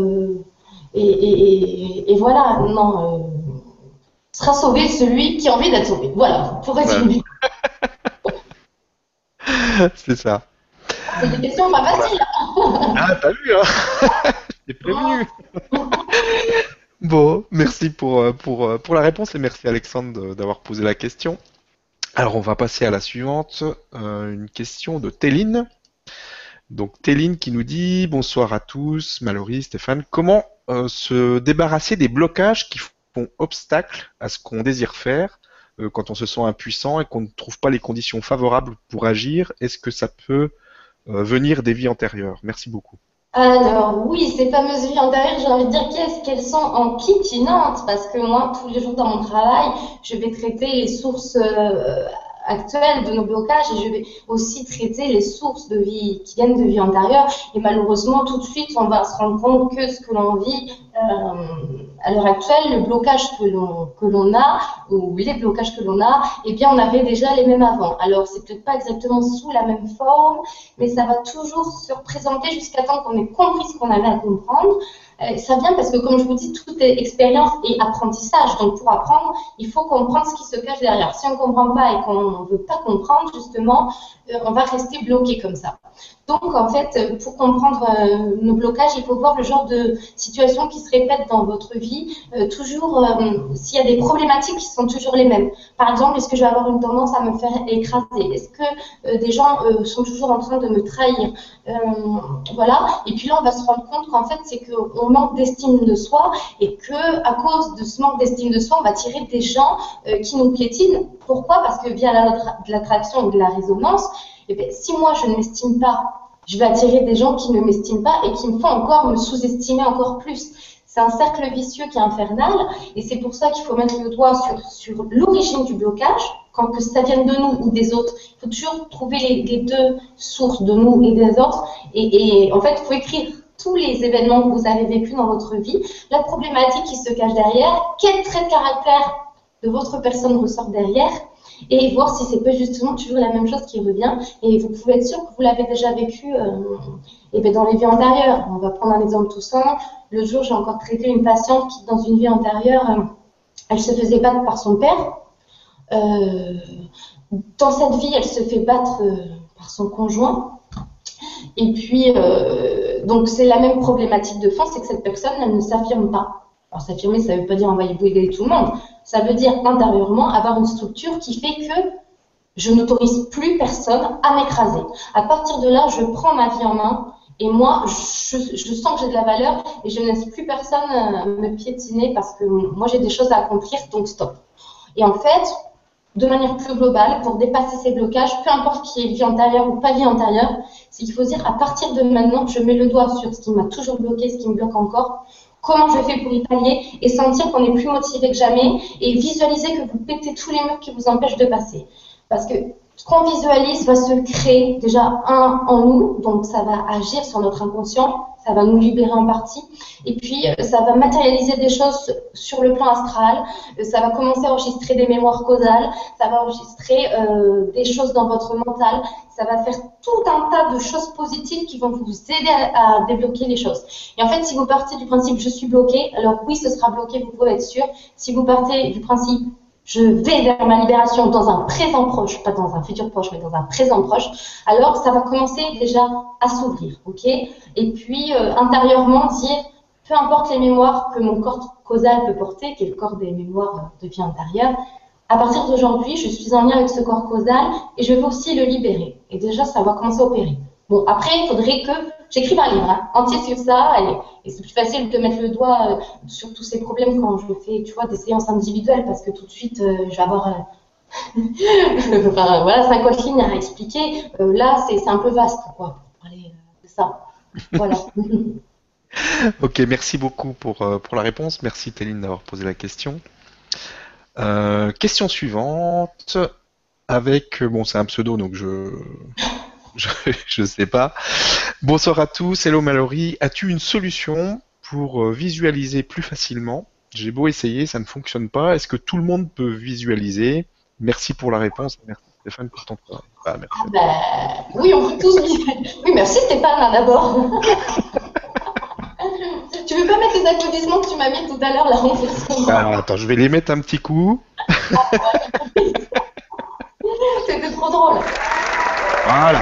et voilà, non. Sera sauvé celui qui a envie d'être sauvé. Voilà, pour résumer. C'est ça. C'est des questions pas faciles. Ah, t'as vu, hein? T'es prévenu. Bon, merci pour la réponse et merci Alexandre d'avoir posé la question. Alors, on va passer à la suivante, une question de Téline. Donc, Téline qui nous dit bonsoir à tous, Mallory, Stéphane. Comment se débarrasser des blocages qui font obstacle à ce qu'on désire faire quand on se sent impuissant et qu'on ne trouve pas les conditions favorables pour agir? Est-ce que ça peut venir des vies antérieures? Merci beaucoup. Alors oui, ces fameuses vies antérieures, j'ai envie de dire qu'elles sont enquiquinantes parce que moi, tous les jours dans mon travail, je vais traiter les sources actuelles de nos blocages et je vais aussi traiter les sources de vie qui viennent de vie antérieure. Et malheureusement, tout de suite, on va se rendre compte que ce que l'on vit à l'heure actuelle, le blocage que l'on a ou les blocages que l'on a, eh bien, on avait déjà les mêmes avant. Alors, c'est peut-être pas exactement sous la même forme, mais ça va toujours se représenter jusqu'à temps qu'on ait compris ce qu'on avait à comprendre. Ça vient parce que, comme je vous dis, tout est expérience et apprentissage. Donc, pour apprendre, il faut comprendre ce qui se cache derrière. Si on ne comprend pas et qu'on ne veut pas comprendre, justement, on va rester bloqué comme ça. Donc, en fait, pour comprendre nos blocages, il faut voir le genre de situation qui se répète dans votre vie. Toujours, s'il y a des problématiques qui sont toujours les mêmes. Par exemple, est-ce que je vais avoir une tendance à me faire écraser? Est-ce que des gens sont toujours en train de me trahir? Voilà. Et puis là, on va se rendre compte qu'en fait, c'est qu'on manque d'estime de soi et que, à cause de ce manque d'estime de soi, on va tirer des gens qui nous piétinent. Pourquoi? Parce que via l'attraction et de la résonance, eh bien, si moi, je ne m'estime pas, je vais attirer des gens qui ne m'estiment pas et qui me font encore me sous-estimer encore plus. C'est un cercle vicieux qui est infernal et c'est pour ça qu'il faut mettre le doigt sur l'origine du blocage. Quand que ça vienne de nous ou des autres, il faut toujours trouver les deux sources de nous et des autres. Et en fait, il faut écrire tous les événements que vous avez vécus dans votre vie, la problématique qui se cache derrière, quel trait de caractère de votre personne ressort derrière, et voir si c'est pas justement toujours la même chose qui revient. Et vous pouvez être sûr que vous l'avez déjà vécu et bien dans les vies antérieures. On va prendre un exemple tout simple. Le jour, j'ai encore traité une patiente qui, dans une vie antérieure, elle se faisait battre par son père. Dans cette vie, elle se fait battre par son conjoint. Et puis, donc c'est la même problématique de fond, c'est que cette personne, elle ne s'affirme pas. Alors s'affirmer, ça ne veut pas dire envoyer bouiller tout le monde. Ça veut dire intérieurement avoir une structure qui fait que je n'autorise plus personne à m'écraser. À partir de là, je prends ma vie en main et moi, je sens que j'ai de la valeur et je ne laisse plus personne me piétiner parce que moi, j'ai des choses à accomplir, donc stop. Et en fait, de manière plus globale, pour dépasser ces blocages, peu importe qu'il y ait vie antérieure ou pas vie antérieure, c'est qu'il faut dire à partir de maintenant, je mets le doigt sur ce qui m'a toujours bloqué, ce qui me bloque encore. Comment je fais pour y pallier et sentir qu'on est plus motivé que jamais et visualiser que vous pétez tous les murs qui vous empêchent de passer. Parce que ce qu'on visualise va se créer déjà en nous, donc ça va agir sur notre inconscient, ça va nous libérer en partie, et puis ça va matérialiser des choses sur le plan astral, ça va commencer à enregistrer des mémoires causales, ça va enregistrer des choses dans votre mental, ça va faire tout un tas de choses positives qui vont vous aider à débloquer les choses. Et en fait, si vous partez du principe « je suis bloqué », alors oui, ce sera bloqué, vous pouvez être sûr. Si vous partez du principe je vais vers ma libération dans un présent proche, pas dans un futur proche, mais dans un présent proche, alors ça va commencer déjà à s'ouvrir, ok? Et puis, intérieurement, dire, peu importe les mémoires que mon corps causal peut porter, qui est le corps des mémoires de vie antérieure, à partir d'aujourd'hui, je suis en lien avec ce corps causal et je vais aussi le libérer. Et déjà, ça va commencer à opérer. Bon, après, il faudrait que j'écrive un livre entier sur ça et c'est plus facile de mettre le doigt sur tous ces problèmes quand je fais, tu vois, des séances individuelles parce que tout de suite, je vais avoir enfin, voilà, 50 lignes à expliquer. Là, c'est un peu vaste, quoi, pour parler de ça. Voilà. Ok, merci beaucoup pour la réponse. Merci Téline d'avoir posé la question. Question suivante avec, bon, c'est un pseudo, donc je sais pas. Bonsoir à tous, hello Mallory. As-tu une solution pour visualiser plus facilement? J'ai beau essayer, ça ne fonctionne pas. Est-ce que tout le monde peut visualiser? Merci pour la réponse. Merci Stéphane pour ton travail. Ah, merci. Ah ben, oui, on peut tous visualiser. Oui, merci Stéphane, d'abord. Tu veux pas mettre les applaudissements que tu m'as mis tout à l'heure là en fait. Alors attends, je vais les mettre un petit coup. C'était trop drôle. Voilà.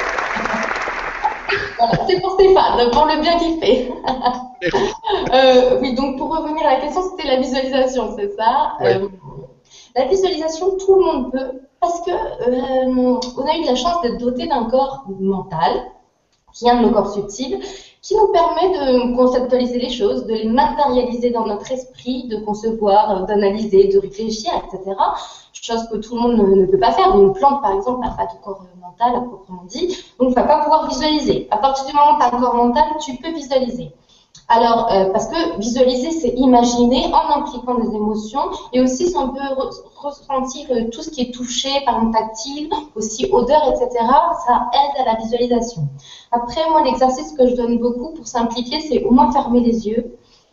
Voilà, c'est pour Stéphane, pour le bien qu'il fait. Oui, donc pour revenir à la question, c'était la visualisation, c'est ça? Oui. La visualisation, tout le monde peut, parce que on a eu de la chance d'être doté d'un corps mental, qui est un de nos corps subtils, qui nous permet de conceptualiser les choses, de les matérialiser dans notre esprit, de concevoir, d'analyser, de réfléchir, etc. Chose que tout le monde ne peut pas faire. Une plante, par exemple, n'a pas de corps mental, à proprement dit, donc ne va pas pouvoir visualiser. À partir du moment où tu as un corps mental, tu peux visualiser. Alors, parce que visualiser, c'est imaginer en impliquant des émotions et aussi si on peut ressentir tout ce qui est touché, par exemple tactile, aussi odeur, etc. Ça aide à la visualisation. Après, moi, l'exercice que je donne beaucoup pour s'impliquer, c'est au moins fermer les yeux,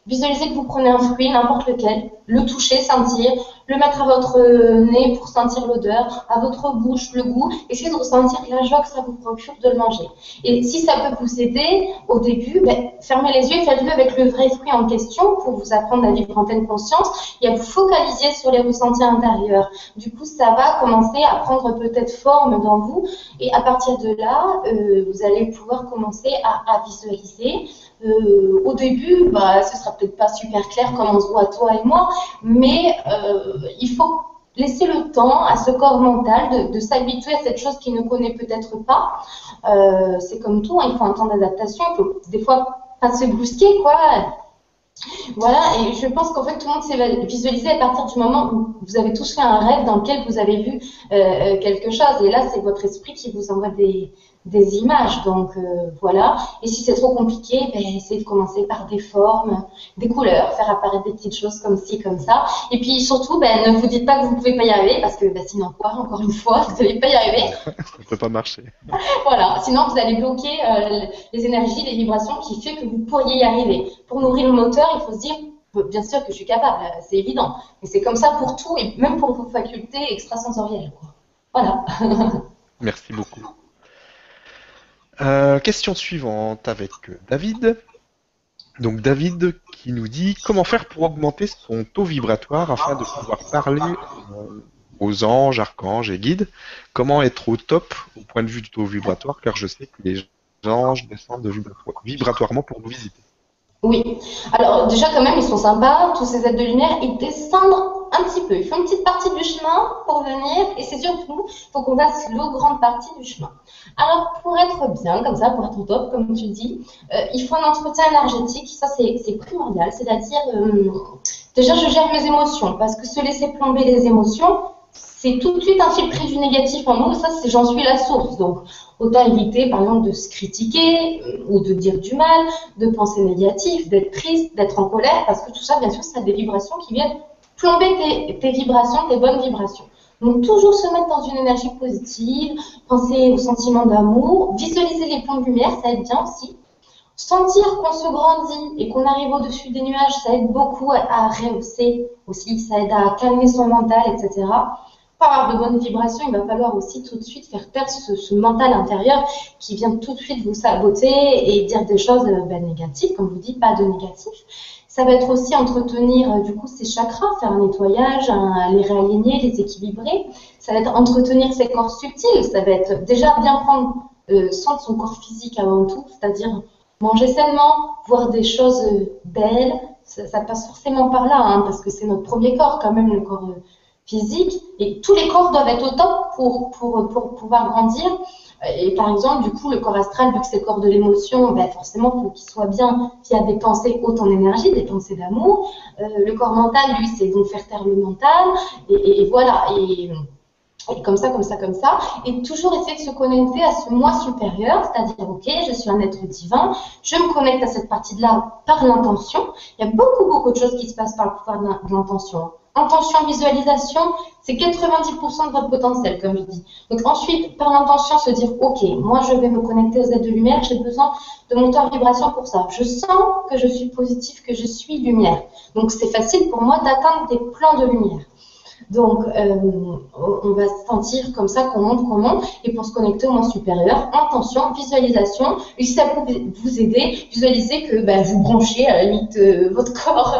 Visualisez que vous prenez un fruit, n'importe lequel, le toucher, sentir, le mettre à votre nez pour sentir l'odeur, à votre bouche, le goût. Essayez de ressentir la joie que ça vous procure de le manger. Et si ça peut vous aider au début, fermez les yeux et faites-le avec le vrai fruit en question pour vous apprendre à vivre en pleine conscience et à vous focaliser sur les ressentis intérieurs. Du coup, ça va commencer à prendre peut-être forme dans vous et à partir de là, vous allez pouvoir commencer à visualiser. Au début, ce sera peut-être pas super clair comme on se voit toi et moi, mais il faut laisser le temps à ce corps mental de s'habituer à cette chose qu'il ne connaît peut-être pas. C'est comme tout, hein, il faut un temps d'adaptation, il faut des fois pas se brusquer, quoi. Voilà, et je pense qu'en fait, tout le monde s'est visualisé à partir du moment où vous avez tous fait un rêve dans lequel vous avez vu quelque chose. Et là, c'est votre esprit qui vous envoie des images. Donc, voilà. Et si c'est trop compliqué, essayez de commencer par des formes, des couleurs, faire apparaître des petites choses comme ci, comme ça. Et puis, surtout, ne vous dites pas que vous ne pouvez pas y arriver, parce que sinon, quoi, encore une fois, vous n'allez pas y arriver. Ça ne peut pas marcher. Voilà, sinon vous allez bloquer les énergies, les vibrations qui fait que vous pourriez y arriver. Pour nourrir le moteur, il faut se dire, bien sûr que je suis capable, c'est évident. Mais c'est comme ça pour tout et même pour vos facultés extrasensorielles, quoi. Voilà. Merci beaucoup. Question suivante avec David. Donc David qui nous dit comment faire pour augmenter son taux vibratoire afin de pouvoir parler aux anges, archanges et guides. Comment être au top au point de vue du taux vibratoire, car je sais que les anges descendent vibratoirement pour nous visiter. Oui. Alors déjà quand même, ils sont sympas, tous ces êtres de lumière, ils descendent un petit peu. Ils font une petite partie du chemin pour venir et c'est surtout, il faut qu'on fasse l'autre grande partie du chemin. Alors pour être bien, comme ça, pour être au top, comme tu dis, il faut un entretien énergétique, ça c'est primordial, c'est-à-dire déjà je gère mes émotions parce que se laisser plomber les émotions, c'est tout de suite infiltrer du négatif en nous, ça j'en suis la source. Donc autant éviter par exemple de se critiquer ou de dire du mal, de penser négatif, d'être triste, d'être en colère, parce que tout ça bien sûr ça a des vibrations qui viennent plomber tes vibrations, tes bonnes vibrations. Donc toujours se mettre dans une énergie positive, penser aux sentiments d'amour, visualiser les points de lumière, ça aide bien aussi. Sentir qu'on se grandit et qu'on arrive au-dessus des nuages, ça aide beaucoup à rehausser aussi, ça aide à calmer son mental, etc. Pour avoir de bonnes vibrations, il va falloir aussi tout de suite faire taire ce mental intérieur qui vient tout de suite vous saboter et dire des choses négatives, comme vous dites, pas de négatif. Ça va être aussi entretenir du coup ses chakras, faire un nettoyage, les réaligner, les équilibrer. Ça va être entretenir ses corps subtils, ça va être déjà bien prendre soin de son corps physique avant tout, c'est-à-dire manger sainement, voir des choses belles, ça passe forcément par là, hein, parce que c'est notre premier corps quand même, le corps physique, et tous les corps doivent être au top pour pouvoir grandir. Et par exemple, du coup, le corps astral, vu que c'est le corps de l'émotion, forcément, il faut qu'il soit bien via des pensées hautes en énergie, des pensées d'amour. Le corps mental, lui, c'est donc faire taire le mental, et voilà. Et comme ça, comme ça, comme ça, et toujours essayer de se connecter à ce moi supérieur, c'est-à-dire, ok, je suis un être divin, je me connecte à cette partie-là par l'intention. Il y a beaucoup de choses qui se passent par le pouvoir de l'intention. Intention, visualisation, c'est 90% de votre potentiel, comme je dis. Donc ensuite, par l'intention, se dire, ok, moi je vais me connecter aux êtres de lumière, j'ai besoin de monter en vibration pour ça. Je sens que je suis positif, que je suis lumière. Donc c'est facile pour moi d'atteindre des plans de lumière. Donc, on va se sentir comme ça qu'on monte, et pour se connecter au moi supérieur, intention, visualisation, et si ça peut vous aider, visualisez que vous branchez à la limite votre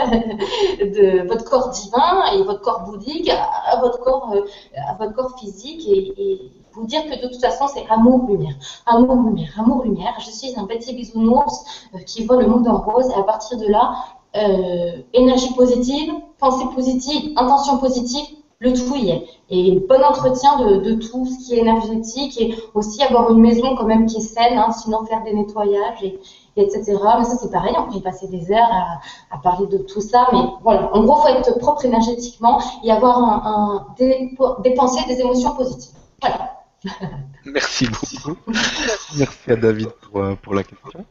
corps divin et votre corps bouddhique à votre corps physique, et vous dire que de toute façon c'est amour, lumière, amour, lumière, amour, lumière. Je suis un petit bisounours qui voit le monde en rose, et à partir de là, énergie positive, pensée positive, intention positive, le tout y est. Et bon entretien de tout ce qui est énergétique, et aussi avoir une maison quand même qui est saine, hein, sinon faire des nettoyages, et etc. Mais ça c'est pareil, on pourrait passer des heures à parler de tout ça, mais voilà, en gros il faut être propre énergétiquement et avoir des pensées, des émotions positives. Voilà. Merci beaucoup. Merci à David pour la question.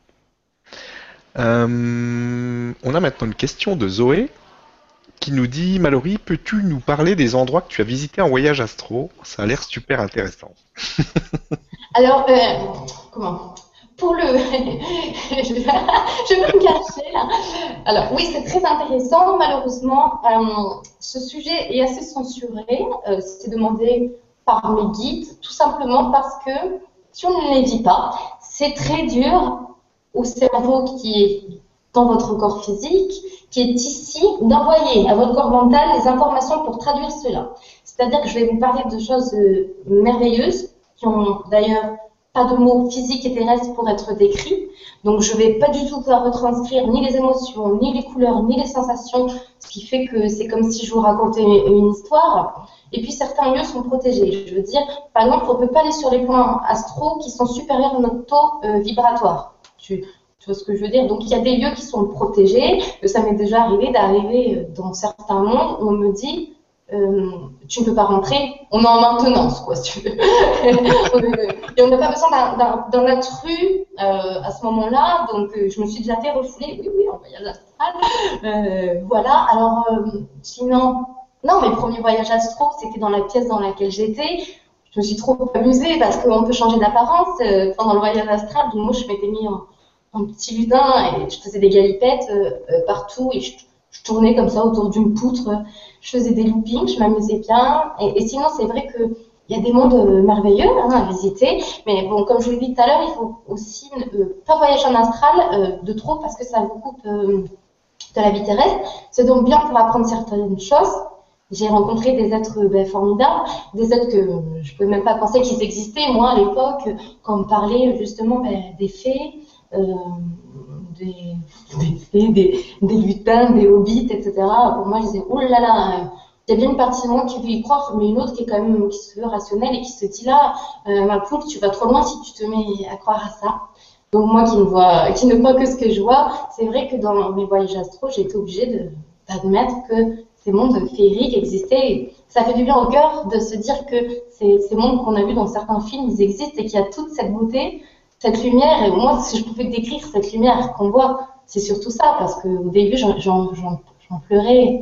On a maintenant une question de Zoé qui nous dit: Mallory, peux-tu nous parler des endroits que tu as visités en voyage astro? Ça a l'air super intéressant. Alors, pour le... je vais me cacher là. Alors oui, c'est très intéressant. Malheureusement, ce sujet est assez censuré. C'est demandé par mes guides, tout simplement parce que si on ne les vit pas, c'est très dur au cerveau qui est dans votre corps physique, qui est ici, d'envoyer à votre corps mental les informations pour traduire cela. C'est-à-dire que je vais vous parler de choses merveilleuses, qui ont d'ailleurs pas de mots physiques et terrestres pour être décrits. Donc je ne vais pas du tout pouvoir retranscrire ni les émotions, ni les couleurs, ni les sensations, ce qui fait que c'est comme si je vous racontais une histoire. Et puis certains lieux sont protégés. Je veux dire, par exemple, on ne peut pas aller sur les points astraux qui sont supérieurs à notre taux vibratoire. Tu vois ce que je veux dire? Donc il y a des lieux qui sont protégés. Ça m'est déjà arrivé d'arriver dans certains mondes où on me dit tu ne peux pas rentrer, on est en maintenance, quoi, si tu veux. Et on n'a pas besoin d'un intrus à ce moment-là, donc je me suis déjà fait refouler, oui, en voyage astral. Voilà, alors sinon, non, mes premiers voyages astro, c'était dans la pièce dans laquelle j'étais. Je me suis trop amusée parce qu'on peut changer d'apparence pendant le voyage astral, donc moi je m'étais mis en petit lutin et je faisais des galipettes partout et je tournais comme ça autour d'une poutre, je faisais des loopings, je m'amusais bien. Et sinon, c'est vrai qu'il y a des mondes merveilleux à visiter. Mais bon, comme je vous l'ai dit tout à l'heure, il faut aussi ne pas voyager en astral de trop parce que ça vous coupe de la vie terrestre. C'est donc bien pour apprendre certaines choses. J'ai rencontré des êtres formidables, des êtres que je ne pouvais même pas penser qu'ils existaient. Moi, à l'époque, quand on me parlait justement des fées, des lutins, des hobbits, etc. Pour moi, je disais, oh là là, il y a bien une partie de moi qui veut y croire, mais une autre qui est quand même, qui se veut rationnelle et qui se dit là, ma poule, tu vas trop loin si tu te mets à croire à ça. Donc moi qui ne crois que ce que je vois, c'est vrai que dans mes voyages astro, j'ai été obligée d'admettre que ces mondes féeriques existaient. Et ça fait du bien au cœur de se dire que ces mondes qu'on a vus dans certains films, ils existent et qu'il y a toute cette beauté, cette lumière. Et moi, si je pouvais décrire cette lumière qu'on voit, c'est surtout ça, parce qu'au début, j'en pleurais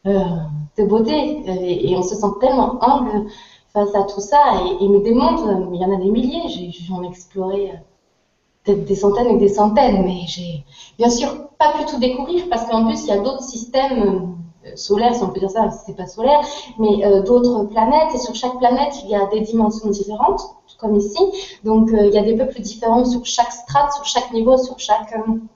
de beauté. Et on se sent tellement humble face à tout ça. Et des mondes, il y en a des milliers. J'en ai exploré peut-être des centaines et des centaines, mais j'ai bien sûr pas pu tout découvrir parce qu'en plus il y a d'autres systèmes solaires, si on peut dire ça, c'est pas solaire, mais d'autres planètes, et sur chaque planète il y a des dimensions différentes, comme ici, donc il y a des peuples différents sur chaque strate, sur chaque niveau, sur chaque...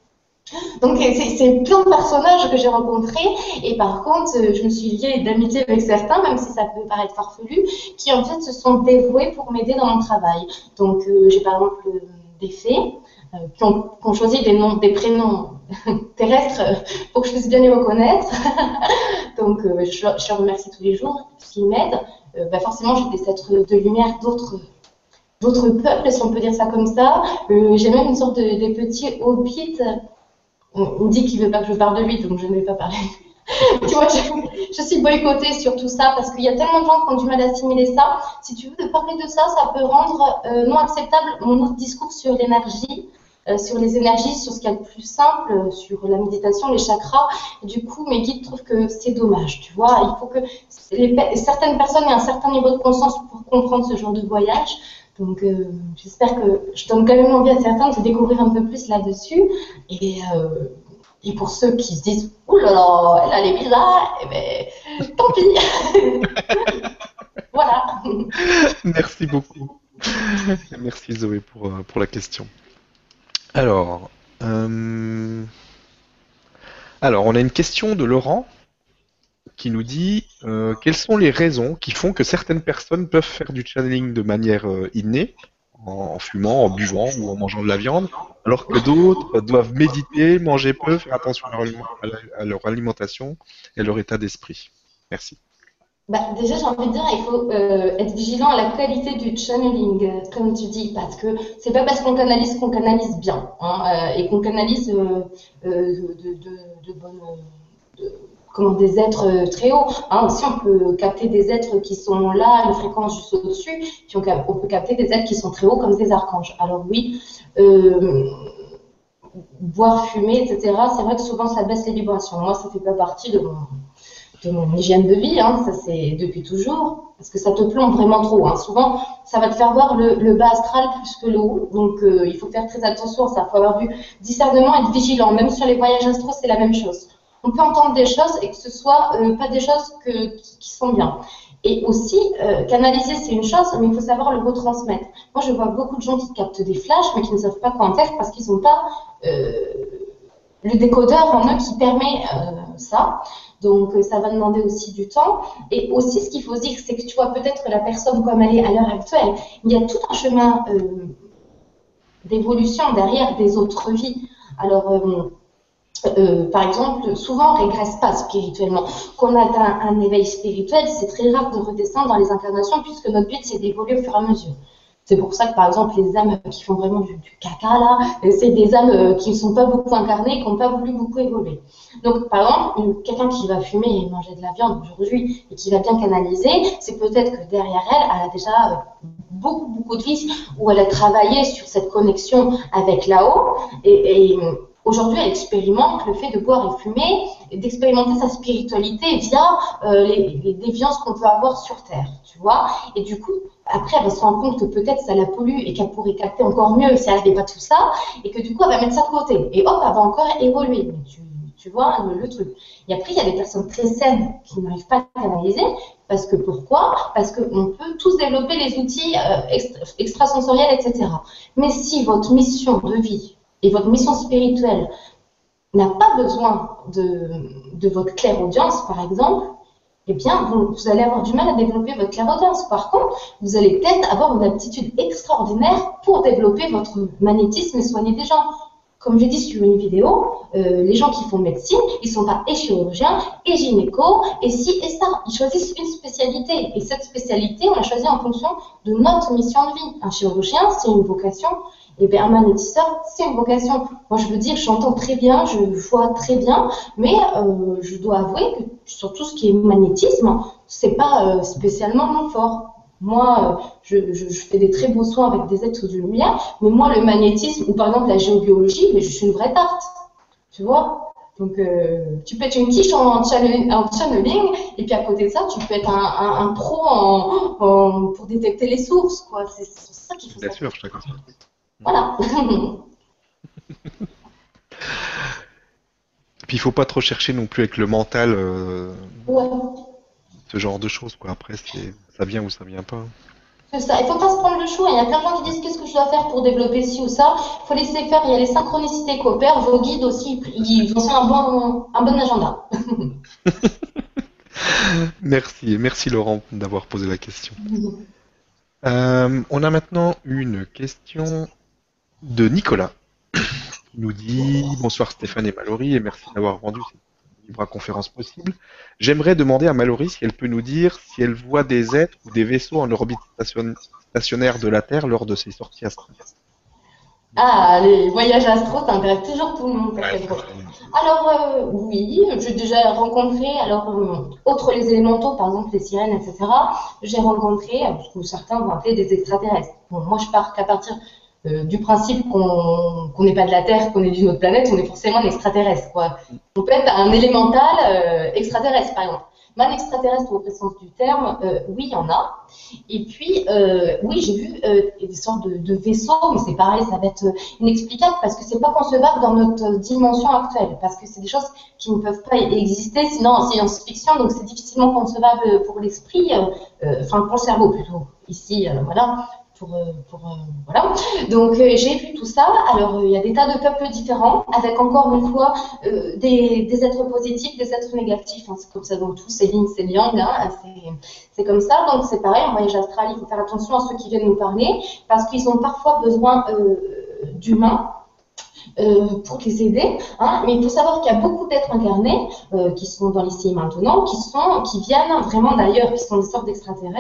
Donc c'est plein de personnages que j'ai rencontrés, et par contre je me suis liée d'amitié avec certains, même si ça peut paraître farfelu, qui en fait se sont dévoués pour m'aider dans mon travail. Donc j'ai par exemple des fées qui ont choisi des prénoms terrestres pour que je puisse bien les reconnaître. Donc je leur remercie tous les jours parce qu'ils m'aident. Forcément j'ai des êtres de lumière d'autres peuples, si on peut dire ça comme ça. J'ai même une sorte de petit hobbit. On me dit qu'il ne veut pas que je parle de lui, donc je ne vais pas parler. Tu vois, je suis boycottée sur tout ça parce qu'il y a tellement de gens qui ont du mal à assimiler ça. Si tu veux parler de ça, ça peut rendre non acceptable mon autre discours sur l'énergie, sur les énergies, sur ce qu'il y a de plus simple, sur la méditation, les chakras. Et du coup, mes guides trouvent que c'est dommage, tu vois. Il faut que certaines personnes aient un certain niveau de conscience pour comprendre ce genre de voyage. Donc, j'espère que je donne quand même envie à certains de découvrir un peu plus là-dessus. Et pour ceux qui se disent « Ouh là là, elle est bizarre », eh ben, tant pis. Voilà. Merci beaucoup. Merci Zoé pour la question. Alors, on a une question de Laurent qui nous dit quelles sont les raisons qui font que certaines personnes peuvent faire du channeling de manière innée, en fumant, en buvant ou en mangeant de la viande, alors que d'autres doivent méditer, manger peu, faire attention à leur alimentation et à leur état d'esprit. Merci. Déjà, j'ai envie de dire, il faut être vigilant à la qualité du channeling, comme tu dis, parce que c'est pas parce qu'on canalise bien, hein, et qu'on canalise des êtres très hauts. Hein. Aussi, on peut capter des êtres qui sont là, à une fréquence juste au-dessus, puis on peut capter des êtres qui sont très hauts, comme des archanges. Alors oui, boire, fumer, etc., c'est vrai que souvent ça baisse les vibrations. Moi, ça fait pas partie de de mon hygiène de vie, hein, ça c'est depuis toujours, parce que ça te plombe vraiment trop. Hein. Souvent, ça va te faire voir le bas astral plus que le haut, donc il faut faire très attention à ça. Il faut avoir du discernement et être vigilant. Même sur les voyages astro, c'est la même chose. On peut entendre des choses et que ce soit pas des choses qui sont bien. Et aussi, canaliser, c'est une chose, mais il faut savoir le retransmettre. Moi, je vois beaucoup de gens qui captent des flashs, mais qui ne savent pas quoi en faire parce qu'ils n'ont pas le décodeur en eux qui permet ça. Donc, ça va demander aussi du temps. Et aussi, ce qu'il faut se dire, c'est que tu vois peut-être la personne comme elle est à l'heure actuelle. Il y a tout un chemin d'évolution derrière des autres vies. Alors, par exemple, souvent on ne régresse pas spirituellement. Quand on atteint un éveil spirituel, c'est très rare de redescendre dans les incarnations puisque notre but, c'est d'évoluer au fur et à mesure. C'est pour ça que, par exemple, les âmes qui font vraiment du caca, là, c'est des âmes qui ne sont pas beaucoup incarnées, qui n'ont pas voulu beaucoup évoluer. Donc, par exemple, quelqu'un qui va fumer et manger de la viande aujourd'hui et qui va bien canaliser, c'est peut-être que derrière elle, elle a déjà beaucoup de vies où elle a travaillé sur cette connexion avec là-haut et aujourd'hui, elle expérimente le fait de boire et fumer et d'expérimenter sa spiritualité via les déviances qu'on peut avoir sur Terre, tu vois. Et du coup, après, elle va se rendre compte que peut-être ça la pollue et qu'elle pourrait capter encore mieux si elle n'avait pas tout ça, et que du coup, elle va mettre ça de côté. Et hop, elle va encore évoluer. Tu vois le truc. Et après, il y a des personnes très saines qui n'arrivent pas à canaliser. Parce que pourquoi? Parce qu'on peut tous développer les outils extrasensoriels, etc. Mais si votre mission de vie et votre mission spirituelle n'a pas besoin de votre clairaudience, par exemple, eh bien, vous allez avoir du mal à développer votre clairaudience. Par contre, vous allez peut-être avoir une aptitude extraordinaire pour développer votre magnétisme et soigner des gens. Comme j'ai dit sur une vidéo, les gens qui font médecine, ils sont pas et chirurgiens, et gynéco, et ci et ça. Ils choisissent une spécialité. Et cette spécialité, on l'a choisie en fonction de notre mission de vie. Un chirurgien, c'est une vocation. Et bien, un magnétiseur, c'est une vocation. Moi, je veux dire, j'entends très bien, je vois très bien, mais je dois avouer que sur tout ce qui est magnétisme, c'est pas spécialement mon fort. Moi, je fais des très beaux soins avec des êtres de lumière, mais moi, le magnétisme, ou par exemple la géobiologie, mais je suis une vraie tarte. Tu vois? Donc, tu peux être une quiche en channeling, et puis à côté de ça, tu peux être un pro pour détecter les sources, quoi. C'est ça qu'il faut savoir. Bien sûr, chacun. Voilà. Puis il faut pas trop chercher non plus avec le mental, Ouais. ce genre de choses, quoi. Après, ça vient ou ça vient pas. C'est ça. Il ne faut pas se prendre le chou. Il y a plein de gens qui disent qu'est-ce que je dois faire pour développer ci ou ça. Il faut laisser faire. Il y a les synchronicités qui opèrent. Vos guides aussi, ils ont fait un bon agenda. Merci Laurent d'avoir posé la question. On a maintenant une question de Nicolas. Il nous dit bonsoir Stéphane et Mallory et merci d'avoir rendu cette libre conférence possible. J'aimerais demander à Mallory si elle peut nous dire si elle voit des êtres ou des vaisseaux en orbite stationnaire de la Terre lors de ses sorties astrales. Ah, les voyages astro, ça intéresse toujours tout le monde. Alors, oui, j'ai déjà rencontré, outre les élémentaux, par exemple les sirènes, etc., j'ai rencontré, parce que certains vont appeler des extraterrestres. Bon, moi, je pars qu'à partir du principe qu'on n'est pas de la Terre, qu'on est d'une autre planète, on est forcément un extraterrestre, quoi. On peut être un élémental extraterrestre, par exemple. Mais un extraterrestre, au vrai sens du terme, oui, il y en a. Et puis, oui, j'ai vu des sortes de vaisseaux, mais c'est pareil, ça va être inexplicable parce que c'est pas concevable dans notre dimension actuelle, parce que c'est des choses qui ne peuvent pas exister, sinon en science-fiction, donc c'est difficilement concevable pour l'esprit, enfin pour le cerveau plutôt, ici, voilà. Voilà. Donc j'ai vu tout ça. Alors il y a des tas de peuples différents, avec encore une fois des êtres positifs, des êtres négatifs. Hein. C'est comme ça dans tout, c'est yin, c'est yang. Hein. C'est comme ça. Donc c'est pareil. En voyage astral, il faut faire attention à ceux qui viennent nous parler, parce qu'ils ont parfois besoin d'humains. Pour les aider, hein. Mais il faut savoir qu'il y a beaucoup d'êtres incarnés qui sont dans l'ici et maintenant, qui viennent vraiment d'ailleurs, qui sont des sortes d'extraterrestres,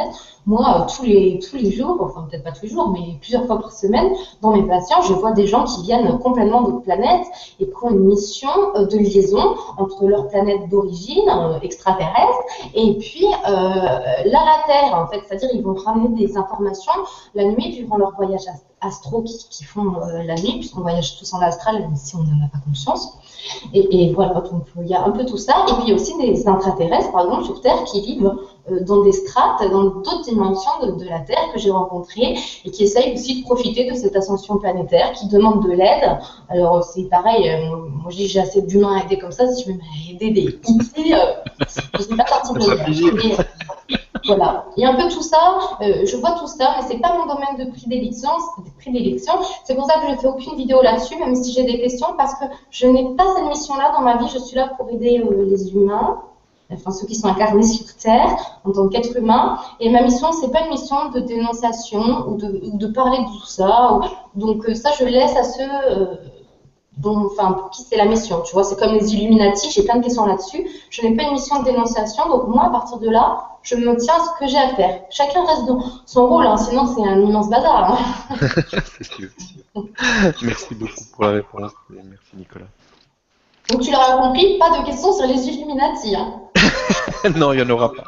moi, tous les jours, enfin peut-être pas tous les jours, mais plusieurs fois par semaine, dans mes patients, je vois des gens qui viennent complètement d'autres planètes et qui ont une mission de liaison entre leur planète d'origine extraterrestre et puis la Terre, en fait. C'est-à-dire ils vont ramener des informations la nuit durant leur voyage astro qui font la nuit, puisqu'on voyage tous en astral, même si on n'en a pas conscience. Et voilà, donc il y a un peu tout ça. Et puis il y a aussi des intraterrestres, par exemple, sur Terre, qui vivent dans des strates, dans d'autres dimensions de la Terre que j'ai rencontrées et qui essayent aussi de profiter de cette ascension planétaire, qui demandent de l'aide. Alors c'est pareil, moi je dis j'ai assez d'humains à aider comme ça, si je veux aider des petits, je ne sais pas sortir de là. Voilà, il y a un peu tout ça, je vois tout ça, mais c'est pas mon domaine de prédilection, c'est pour ça que je ne fais aucune vidéo là-dessus, même si j'ai des questions, parce que je n'ai pas cette mission-là dans ma vie, je suis là pour aider les humains, enfin ceux qui sont incarnés sur Terre, en tant qu'être humain, et ma mission, c'est pas une mission de dénonciation, ou de parler de tout ça, donc ça je laisse à ceux... pour qui c'est la mission, tu vois, c'est comme les Illuminati, j'ai plein de questions là-dessus, je n'ai pas une mission de dénonciation, donc moi, à partir de là, je me tiens à ce que j'ai à faire. Chacun reste dans son rôle, hein, sinon c'est un immense bazar. Hein. C'est sûr. Merci beaucoup pour la réponse, et merci Nicolas. Donc tu l'auras compris, pas de questions sur les Illuminati. Hein. Non, il n'y en aura pas.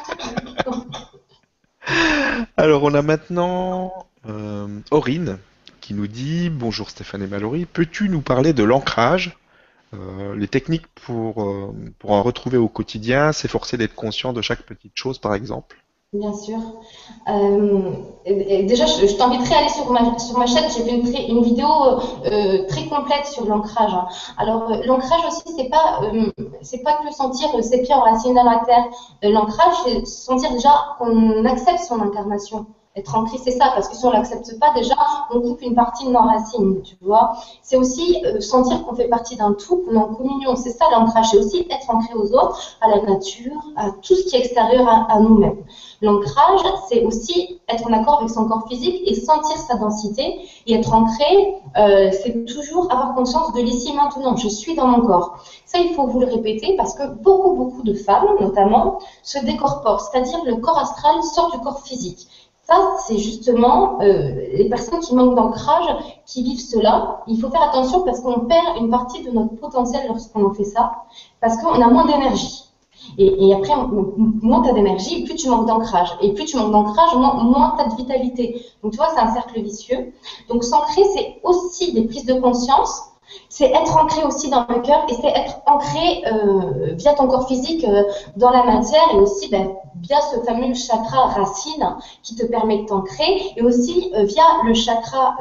Alors, on a maintenant Aurine qui nous dit: Bonjour Stéphane et Mallory, peux-tu nous parler de l'ancrage, les techniques pour en retrouver au quotidien, s'efforcer d'être conscient de chaque petite chose par exemple? Bien sûr. Déjà, je t'inviterai à aller sur ma chaîne. J'ai fait une vidéo très complète sur l'ancrage. Hein. Alors, l'ancrage aussi, c'est pas que sentir ses pieds enracinés dans la terre. L'ancrage, c'est sentir déjà qu'on accepte son incarnation. Être ancré, c'est ça, parce que si on ne l'accepte pas, déjà, on coupe une partie de nos racines, tu vois. C'est aussi sentir qu'on fait partie d'un tout, qu'on est en communion. C'est ça l'ancrage. C'est aussi être ancré aux autres, à la nature, à tout ce qui est extérieur à nous-mêmes. L'ancrage, c'est aussi être en accord avec son corps physique et sentir sa densité. Et être ancré, c'est toujours avoir conscience de l'ici maintenant. Je suis dans mon corps. Ça, il faut vous le répéter parce que beaucoup de femmes, notamment, se décorporent. C'est-à-dire le corps astral sort du corps physique. Ça, c'est justement les personnes qui manquent d'ancrage, qui vivent cela. Il faut faire attention parce qu'on perd une partie de notre potentiel lorsqu'on en fait ça, parce qu'on a moins d'énergie. Et après, moins tu as d'énergie, plus tu manques d'ancrage. Et plus tu manques d'ancrage, moins tu as de vitalité. Donc tu vois, c'est un cercle vicieux. Donc s'ancrer, c'est aussi des prises de conscience. C'est être ancré aussi dans le cœur et c'est être ancré via ton corps physique dans la matière et aussi via ce fameux chakra racine qui te permet de t'ancrer et aussi via le chakra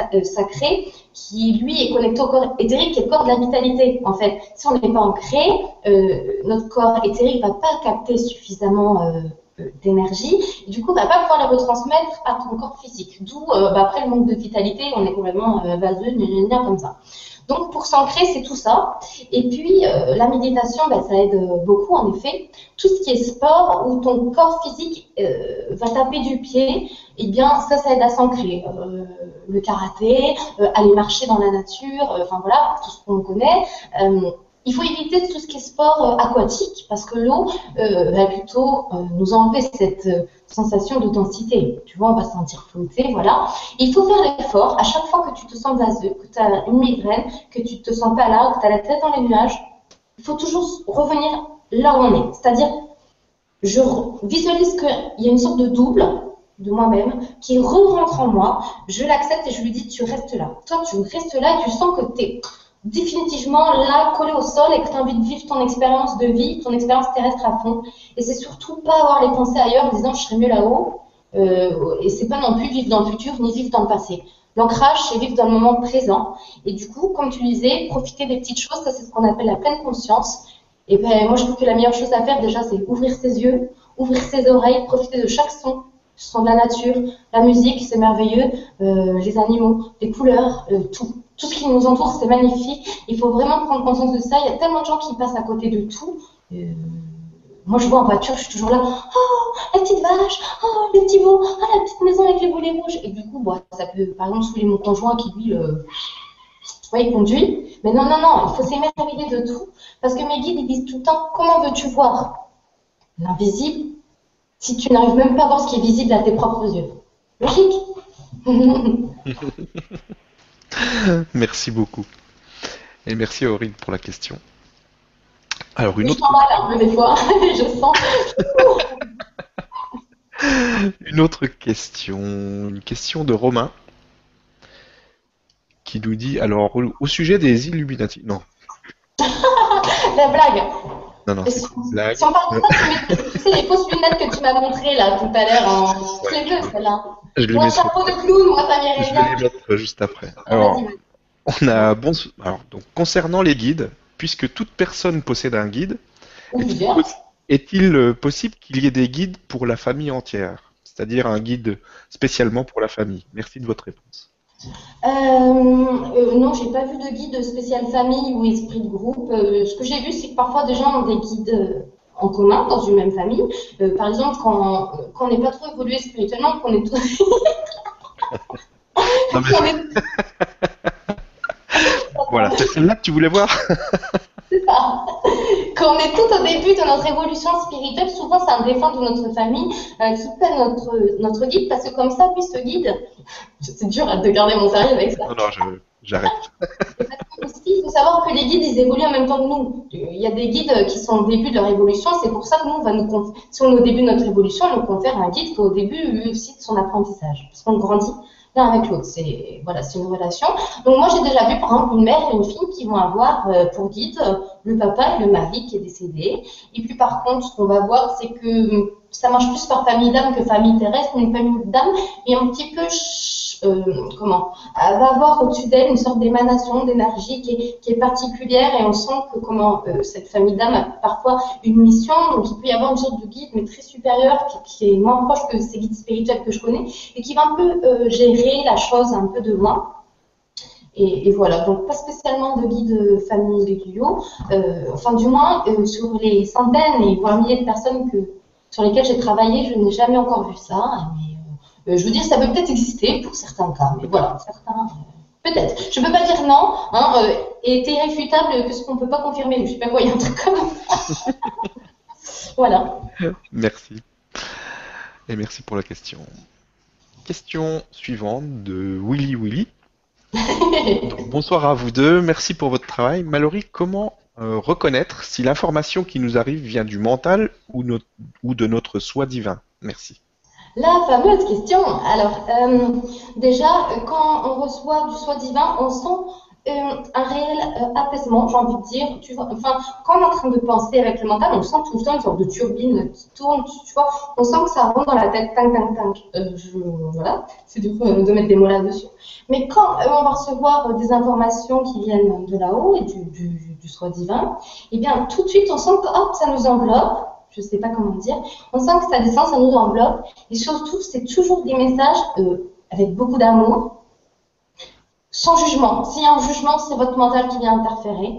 sacré qui lui est connecté au corps éthérique qui est le corps de la vitalité en fait. Si on n'est pas ancré, notre corps éthérique ne va pas capter suffisamment d'énergie et du coup va pas pouvoir les retransmettre à ton corps physique. D'où après le manque de vitalité, on est complètement vaseux, comme ça. Donc, pour s'ancrer, c'est tout ça. Et puis, la méditation, ça aide beaucoup, en effet. Tout ce qui est sport où ton corps physique va taper du pied, eh bien, ça aide à s'ancrer. Le karaté, aller marcher dans la nature, enfin voilà, tout ce qu'on connaît. Il faut éviter tout ce qui est sport aquatique parce que l'eau va plutôt nous enlever cette sensation de densité. Tu vois, on va se sentir flotter, voilà. Il faut faire l'effort à chaque fois que tu te sens vaseux, que tu as une migraine, que tu te sens pas là, que tu as la tête dans les nuages. Il faut toujours revenir là où on est. C'est-à-dire, je visualise qu'il y a une sorte de double de moi-même qui re-rentre en moi. Je l'accepte et je lui dis, tu restes là. Toi, tu restes là et tu sens que tu es définitivement là, collé au sol et que tu as envie de vivre ton expérience de vie, ton expérience terrestre à fond. Et c'est surtout pas avoir les pensées ailleurs en disant je serais mieux là-haut. Et c'est pas non plus vivre dans le futur ni vivre dans le passé. L'ancrage, c'est vivre dans le moment présent. Et du coup, comme tu disais, profiter des petites choses, ça c'est ce qu'on appelle la pleine conscience. Et moi je trouve que la meilleure chose à faire déjà, c'est ouvrir ses yeux, ouvrir ses oreilles, profiter de chaque son de la nature, la musique, c'est merveilleux, les animaux, les couleurs, tout. Tout ce qui nous entoure, c'est magnifique. Il faut vraiment prendre conscience de ça. Il y a tellement de gens qui passent à côté de tout. Moi, je vois en voiture, je suis toujours là. Oh, la petite vache. Oh, les petits veaux. Oh, la petite maison avec les volets rouges. Et du coup, ça peut, par exemple, saouler mon conjoint qui, lui, il conduit. Mais non, il faut s'émerveiller de tout. Parce que mes guides, ils disent tout le temps, comment veux-tu voir l'invisible Si tu n'arrives même pas à voir ce qui est visible à tes propres yeux. Logique. Merci beaucoup. Et merci Aurine pour la question. Alors Mais je m'emballe un peu des fois, je sens. une question de Romain qui nous dit, alors au sujet des Illuminati, non, La blague. non, Et c'est si, pas une blague. si on parle de ça, tu sais, les fausses lunettes que tu m'as montrées là tout à l'heure, je Ouais, les veux celles-là. je les Ou un mettrai, chapeau de clown, moi ça m'irait je vais bien. les mettre juste après. Ah, vas-y, Alors, vas-y. on a alors donc concernant les guides, puisque toute personne possède un guide, Ou est-il plusieurs. est-il possible qu'il y ait des guides pour la famille entière, c'est-à-dire un guide spécialement pour la famille? Merci de votre réponse. Non, j'ai pas vu de guide spécial famille ou esprit de groupe. Ce que j'ai vu, c'est que parfois des gens ont des guides en commun dans une même famille. Par exemple, quand on n'est pas trop évolué spirituellement, qu'on est tous, Non mais qu'on est, voilà, c'est celle-là que tu voulais voir? c'est ça. Quand on est tout au début de notre évolution spirituelle, souvent c'est un défunt de notre famille qui fait notre guide parce que comme ça, lui, ce guide, c'est dur de garder mon sérieux avec ça. Non, non, j'arrête. Et parce que aussi, il faut savoir que les guides, ils évoluent en même temps que nous. Il y a des guides qui sont au début de leur évolution, c'est pour ça que nous, si on est au début de notre évolution, on nous confère un guide qui est au début, lui aussi, de son apprentissage. Parce qu'on grandit l'un avec l'autre. C'est, voilà, c'est une relation. Donc moi, j'ai déjà vu, par exemple, une mère et une fille qui vont avoir pour guide le papa et le mari qui est décédé. Et puis, par contre, ce qu'on va voir, c'est que ça marche plus par famille d'âme que famille terrestre. Une famille d'âme est un petit peu, comment, elle va avoir au-dessus d'elle une sorte d'émanation d'énergie qui est particulière et on sent que comment cette famille d'âme a parfois une mission, donc il peut y avoir une sorte de guide mais très supérieur qui est moins proche que ces guides spirituels que je connais et qui va un peu gérer la chose un peu de loin. Et voilà, donc pas spécialement de guide familiaux, enfin du moins sur les centaines et voire milliers de personnes sur lesquelles j'ai travaillé, je n'ai jamais encore vu ça. Mais, je veux dire, ça peut peut-être exister pour certains cas, mais voilà, certains, peut-être. Je ne peux pas dire non, hein, est irréfutable que ce qu'on ne peut pas confirmer. Je ne sais pas quoi, il y a un truc comme ça. Voilà. Merci. Et merci pour la question. Question suivante de Willy Willy. Donc, bonsoir à vous deux, merci pour votre travail. Mallory, comment reconnaître si l'information qui nous arrive vient du mental ou de notre soi divin? Merci. La fameuse question. Alors, déjà, quand on reçoit du soi divin, on sent un réel apaisement, j'ai envie de dire. Tu vois, enfin, quand on est en train de penser avec le mental, on sent tout le temps une sorte de turbine qui tourne, tu vois. On sent que ça rentre dans la tête, tang, tang, tang. Voilà, c'est dur de mettre des mots là-dessus. Mais quand on va recevoir des informations qui viennent de là-haut et du soi divin, eh bien, tout de suite, on sent que hop, ça nous enveloppe. Je ne sais pas comment dire. On sent que ça descend, ça nous enveloppe. Et surtout, c'est toujours des messages avec beaucoup d'amour, sans jugement. S'il y a un jugement, c'est votre mental qui vient interférer.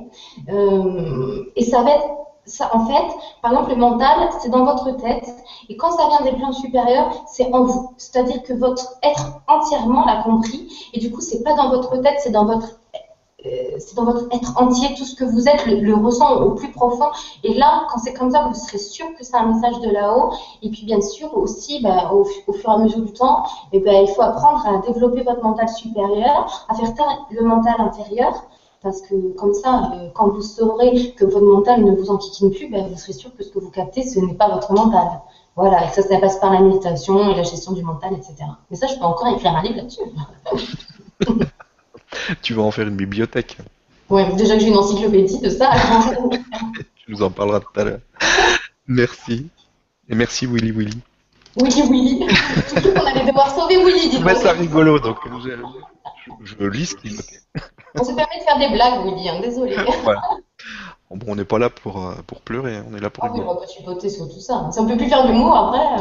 Et ça va être, ça, en fait, par exemple, le mental, c'est dans votre tête. Et quand ça vient des plans supérieurs, c'est en vous. C'est-à-dire que votre être entièrement l'a compris. Et du coup, c'est pas dans votre tête, c'est dans votre être entier, tout ce que vous êtes le ressent au plus profond. Et là, quand c'est comme ça, vous serez sûr que c'est un message de là-haut. Et puis, bien sûr, aussi, au fur et à mesure du temps, il faut apprendre à développer votre mental supérieur, à faire taire le mental inférieur. Parce que comme ça, quand vous saurez que votre mental ne vous enquiquine plus, vous serez sûr que ce que vous captez, ce n'est pas votre mental. Voilà, et ça passe par la méditation et la gestion du mental, etc. Mais ça, je peux encore écrire un livre là-dessus. Tu vas en faire une bibliothèque. Ouais, déjà que j'ai une encyclopédie de ça. Tu nous en parleras tout à l'heure. Merci. Et merci Willy Willy. Willy Willy. J'ai cru qu'on allait devoir sauver Willy, Je dis trouvais donc. ça rigolo, donc je lis ce qu'il notait. On se permet de faire des blagues, Willy, hein, désolé. Voilà. Bon, on n'est pas là pour pleurer, hein, on est là pour Ah oui, rigoler. on va pas chipoter sur tout ça. Si on peut plus faire d'humour après.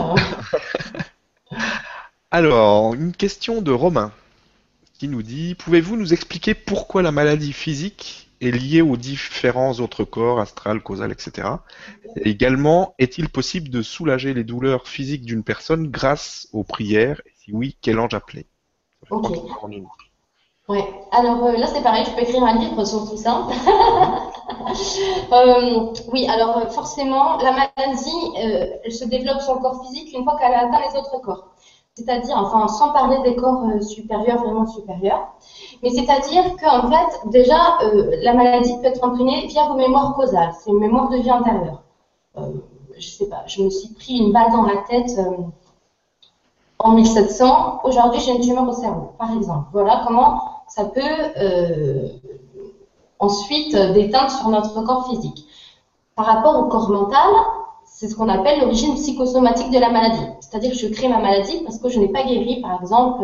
Alors, une question de Romain qui nous dit, pouvez-vous nous expliquer pourquoi la maladie physique est liée aux différents autres corps, astral, causal, etc. Et également, est-il possible de soulager les douleurs physiques d'une personne grâce aux prières? Et si oui, quel ange appeler? Ça fait trois questions Ok. en une. Ouais. Alors là, c'est pareil, je peux écrire un livre sur tout ça. Oui, alors forcément, la maladie, elle se développe sur le corps physique une fois qu'elle a atteint les autres corps. C'est-à-dire, enfin, sans parler des corps supérieurs, vraiment supérieurs, mais c'est-à-dire qu'en fait, déjà, la maladie peut être imprimée via vos mémoires causales, c'est une mémoire de vie antérieure. Je sais pas, je me suis pris une balle dans la tête en 1700, aujourd'hui j'ai une tumeur au cerveau, par exemple. Voilà comment ça peut ensuite déteindre sur notre corps physique. Par rapport au corps mental, c'est ce qu'on appelle l'origine psychosomatique de la maladie. C'est-à-dire que je crée ma maladie parce que je n'ai pas guéri, par exemple,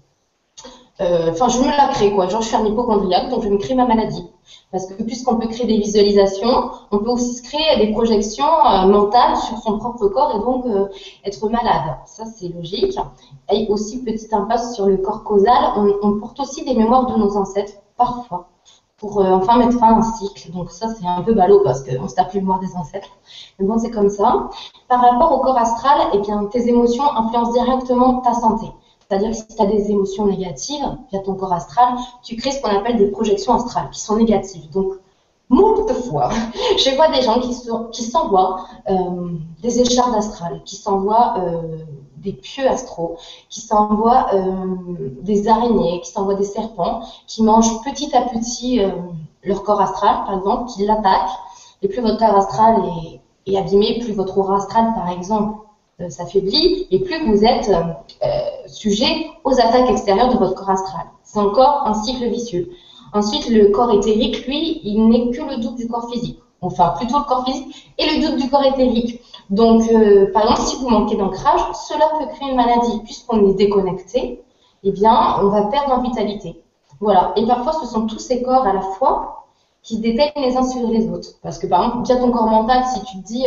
enfin je me la crée quoi, genre je suis un hypochondriaque, donc je me crée ma maladie. Parce que puisqu'on peut créer des visualisations, on peut aussi se créer des projections mentales sur son propre corps et donc être malade. Ça c'est logique. Et aussi, petite impasse sur le corps causal, on porte aussi des mémoires de nos ancêtres, parfois, pour enfin mettre fin à un cycle. Donc ça c'est un peu ballot parce qu'on se tape les mémoires des ancêtres. Mais bon, c'est comme ça. Par rapport au corps astral, eh bien, tes émotions influencent directement ta santé. C'est-à-dire que si tu as des émotions négatives via ton corps astral, tu crées ce qu'on appelle des projections astrales qui sont négatives. Donc, moult fois, je vois des gens qui s'envoient des échardes astrales, qui s'envoient des pieux astraux, qui s'envoient des araignées, qui s'envoient des serpents, qui mangent petit à petit leur corps astral, par exemple, qui l'attaquent. Et plus votre corps astral est abîmé, plus votre aura astrale, par exemple, s'affaiblit, et plus vous êtes sujet aux attaques extérieures de votre corps astral. C'est encore un cycle vicieux. Ensuite, le corps éthérique, lui, il n'est que le double du corps physique. Enfin, plutôt le corps physique et le double du corps éthérique. Donc, par exemple, si vous manquez d'ancrage, cela peut créer une maladie. Puisqu'on est déconnecté, eh bien, on va perdre en vitalité. Voilà. Et parfois, ce sont tous ces corps à la fois qui se déteignent les uns sur les autres. Parce que, par exemple, via ton corps mental, si tu te dis...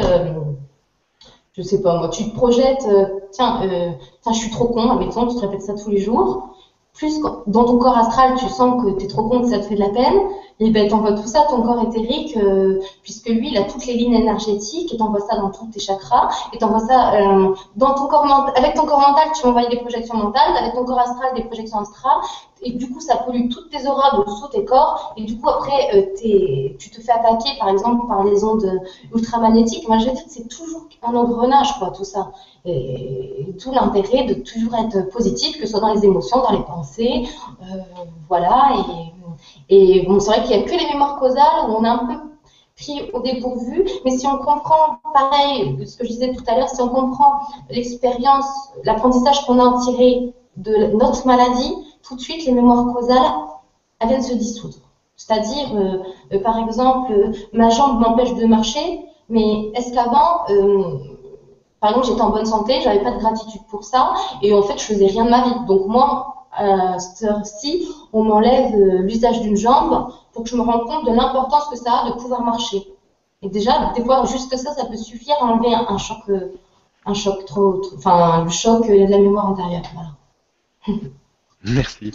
je sais pas moi, tu te projettes, tiens, je suis trop con, admettons, tu te répètes ça tous les jours. Plus dans ton corps astral, tu sens que tu es trop con, que ça te fait de la peine, et ben t'envoies tout ça à ton corps éthérique, puisque lui, il a toutes les lignes énergétiques, et t'envoies ça dans tous tes chakras, et t'envoies ça dans ton corps mental. Avec ton corps mental, tu envoies des projections mentales, avec ton corps astral, des projections astrales, et du coup, ça pollue toutes tes auras de sous tes corps, et du coup, après, tu te fais attaquer, par exemple, par les ondes ultramagnétiques. Moi, je dis que c'est toujours un engrenage, quoi, tout ça. Et tout l'intérêt de toujours être positif, que ce soit dans les émotions, dans les pensées, voilà. Et bon, c'est vrai qu'il n'y a que les mémoires causales où on a un peu pris au dépourvu, mais si on comprend, pareil, ce que je disais tout à l'heure, si on comprend l'expérience, l'apprentissage qu'on a en tiré de notre maladie, tout de suite, les mémoires causales, elles viennent se dissoudre. C'est-à-dire, par exemple, ma jambe m'empêche de marcher, mais est-ce qu'avant, par exemple, j'étais en bonne santé, j'avais pas de gratitude pour ça, et en fait, je faisais rien de ma vie. Donc moi, à cette heure-ci, on m'enlève l'usage d'une jambe pour que je me rende compte de l'importance que ça a de pouvoir marcher. Et déjà, des fois, juste ça, ça peut suffire à enlever un choc trop, enfin, le choc de la mémoire antérieure. Voilà. Merci.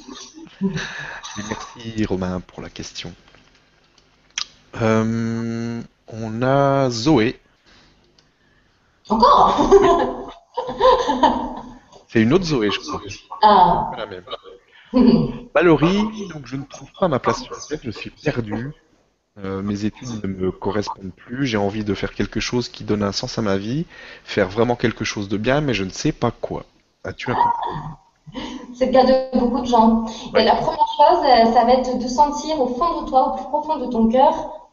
Merci Romain pour la question. On a Zoé. Encore. C'est une autre Zoé, je crois. Ah. Pas la même. Mallory, donc je ne trouve pas ma place sur la Terre, je suis perdu. Mes études ne me correspondent plus. J'ai envie de faire quelque chose qui donne un sens à ma vie, faire vraiment quelque chose de bien, mais je ne sais pas quoi. As-tu un conseil? C'est le cas de beaucoup de gens. Ouais. Et la première chose, ça va être de sentir au fond de toi, au plus profond de ton cœur,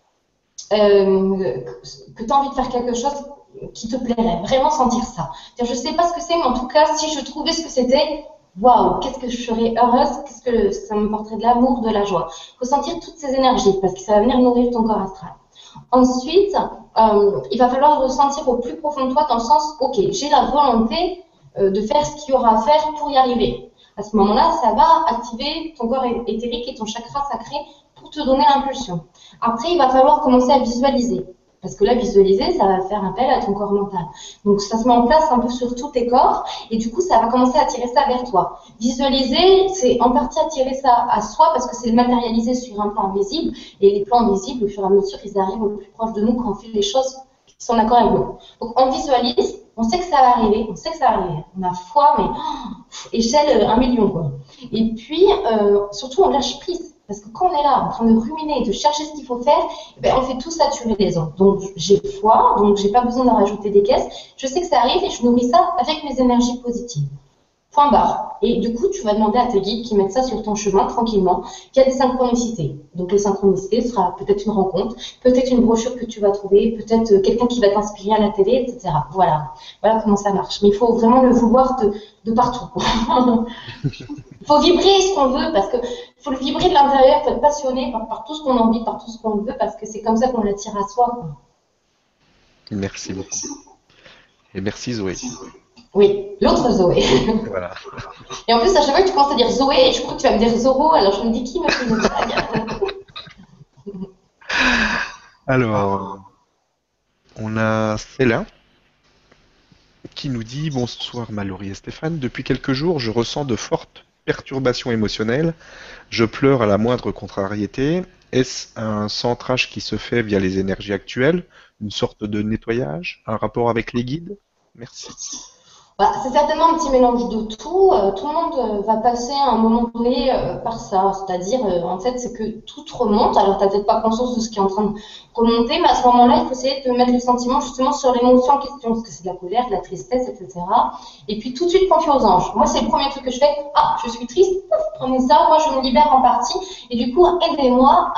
que tu as envie de faire quelque chose qui te plairait. Vraiment sentir ça. Je ne sais pas ce que c'est, mais en tout cas, si je trouvais ce que c'était, waouh, qu'est-ce que je serais heureuse, qu'est-ce que ça me porterait de l'amour, de la joie. Ressentir toutes ces énergies, parce que ça va venir nourrir ton corps astral. Ensuite, il va falloir ressentir au plus profond de toi dans le sens, ok, j'ai la volonté de faire ce qu'il y aura à faire pour y arriver. À ce moment-là, ça va activer ton corps éthérique et ton chakra sacré pour te donner l'impulsion. Après, il va falloir commencer à visualiser. Parce que là, visualiser, ça va faire appel à ton corps mental. Donc, ça se met en place un peu sur tous tes corps. Et du coup, ça va commencer à attirer ça vers toi. Visualiser, c'est en partie attirer ça à soi parce que c'est le matérialiser sur un plan invisible. Et les plans invisibles, au fur et à mesure, ils arrivent au plus proche de nous quand on fait les choses qui sont d'accord avec nous. Donc, on visualise, on sait que ça va arriver, on sait que ça va arriver. On a foi, mais échelle 1 million, quoi. Et puis, surtout, on lâche prise. Parce que quand on est là en train de ruminer, de chercher ce qu'il faut faire, eh ben, on fait tout saturer les ondes. Donc j'ai foi, donc j'ai pas besoin d'en rajouter des caisses. Je sais que ça arrive et je nourris ça avec mes énergies positives. Point barre. Et du coup, tu vas demander à tes guides qui mettent ça sur ton chemin tranquillement, qu'il y a des synchronicités. Donc les synchronicités sera peut-être une rencontre, peut-être une brochure que tu vas trouver, peut-être quelqu'un qui va t'inspirer à la télé, etc. Voilà. Voilà comment ça marche. Mais il faut vraiment le vouloir de partout. Il faut vibrer ce qu'on veut, parce que faut le vibrer de l'intérieur, il faut être passionné par tout ce qu'on a envie, par tout ce qu'on veut, parce que c'est comme ça qu'on l'attire à soi, quoi. Merci beaucoup. Et merci Zoé. Oui, l'autre Zoé. Voilà. Et en plus, à chaque fois que tu commences à dire Zoé, je crois que tu vas me dire Zoro, alors je me dis qui me fait une blague. Alors, on a Célin qui nous dit bonsoir Mallory et Stéphane. Depuis quelques jours, je ressens de fortes perturbations émotionnelles. Je pleure à la moindre contrariété. Est-ce un centrage qui se fait via les énergies actuelles? Une sorte de nettoyage? Un rapport avec les guides? Merci. Bah, c'est certainement un petit mélange de tout. Tout le monde va passer à un moment donné par ça. C'est-à-dire, en fait, c'est que tout te remonte. Alors, tu n'as peut-être pas conscience de ce qui est en train de remonter, mais à ce moment-là, il faut essayer de mettre le sentiment justement sur l'émotion en question, parce que c'est de la colère, de la tristesse, etc. Et puis, tout de suite, confier aux anges. Moi, c'est le premier truc que je fais. Ah, je suis triste, pouf, prenez ça, moi, je me libère en partie. Et du coup, aidez-moi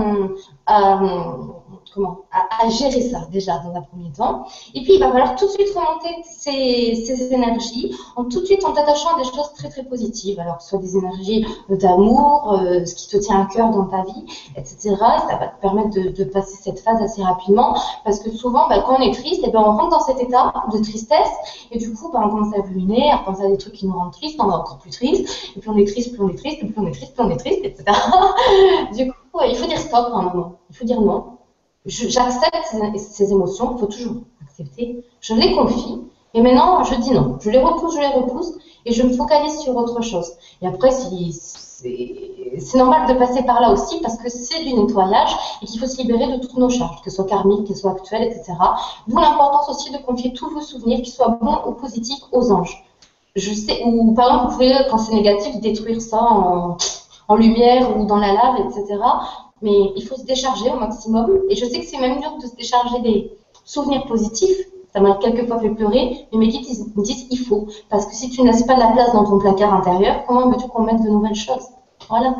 à gérer ça déjà dans un premier temps. Et puis il va falloir tout de suite remonter ces énergies tout de suite en t'attachant à des choses très très positives. Alors que ce soit des énergies d'amour, ce qui te tient à cœur dans ta vie, etc. Ça va te permettre de passer cette phase assez rapidement, parce que souvent quand on est triste, on rentre dans cet état de tristesse et du coup on commence à ruminer, à penser à des trucs qui nous rendent tristes, on est encore plus triste, et puis on est triste, plus on est triste, plus on est triste, plus on est triste, etc. Du coup, il faut dire stop à un moment, il faut dire non. J'accepte ces émotions, il faut toujours accepter, je les confie, et maintenant je dis non, je les repousse, et je me focalise sur autre chose. Et après, c'est normal de passer par là aussi, parce que c'est du nettoyage, et qu'il faut se libérer de toutes nos charges, qu'elles soient karmiques, qu'elles soient actuelles, etc. D'où l'importance aussi de confier tous vos souvenirs, qu'ils soient bons ou positifs, aux anges. Je sais, ou par exemple, vous pouvez, quand c'est négatif, détruire ça en lumière ou dans la lave, etc. Mais il faut se décharger au maximum. Et je sais que c'est même dur de se décharger des souvenirs positifs. Ça m'a quelquefois fait pleurer. Mais mes guides me disent il faut. Parce que si tu ne laisses pas de la place dans ton placard intérieur, comment veux-tu qu'on mette de nouvelles choses? Voilà.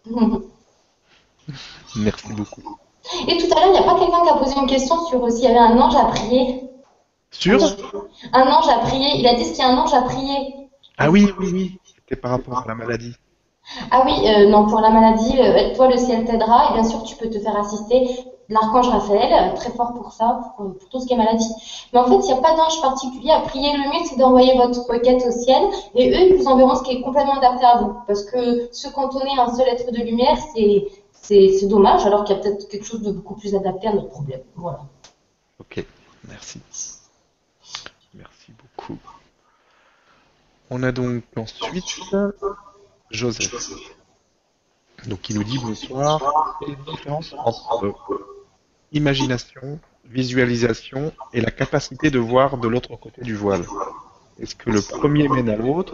Merci beaucoup. Et tout à l'heure, il n'y a pas quelqu'un qui a posé une question sur s'il y avait un ange à prier? Sur un ange à prier. Il a dit qu'il y a un ange à prier. Ah oui. C'était par rapport à la maladie. Ah oui, non, pour la maladie, toi, le ciel t'aidera. Et bien sûr, tu peux te faire assister. L'archange Raphaël, très fort pour ça, pour tout ce qui est maladie. Mais en fait, il n'y a pas d'ange particulier à prier. Le mieux, c'est d'envoyer votre requête au ciel. Et eux, ils vous enverront ce qui est complètement adapté à vous. Parce que se cantonner à un seul être de lumière, c'est dommage, alors qu'il y a peut-être quelque chose de beaucoup plus adapté à notre problème. Voilà. Ok, merci. Merci beaucoup. On a donc ensuite Joseph. Donc il nous dit bonsoir. Quelle est la différence entre imagination, visualisation et la capacité de voir de l'autre côté du voile? Est-ce que le premier mène à l'autre?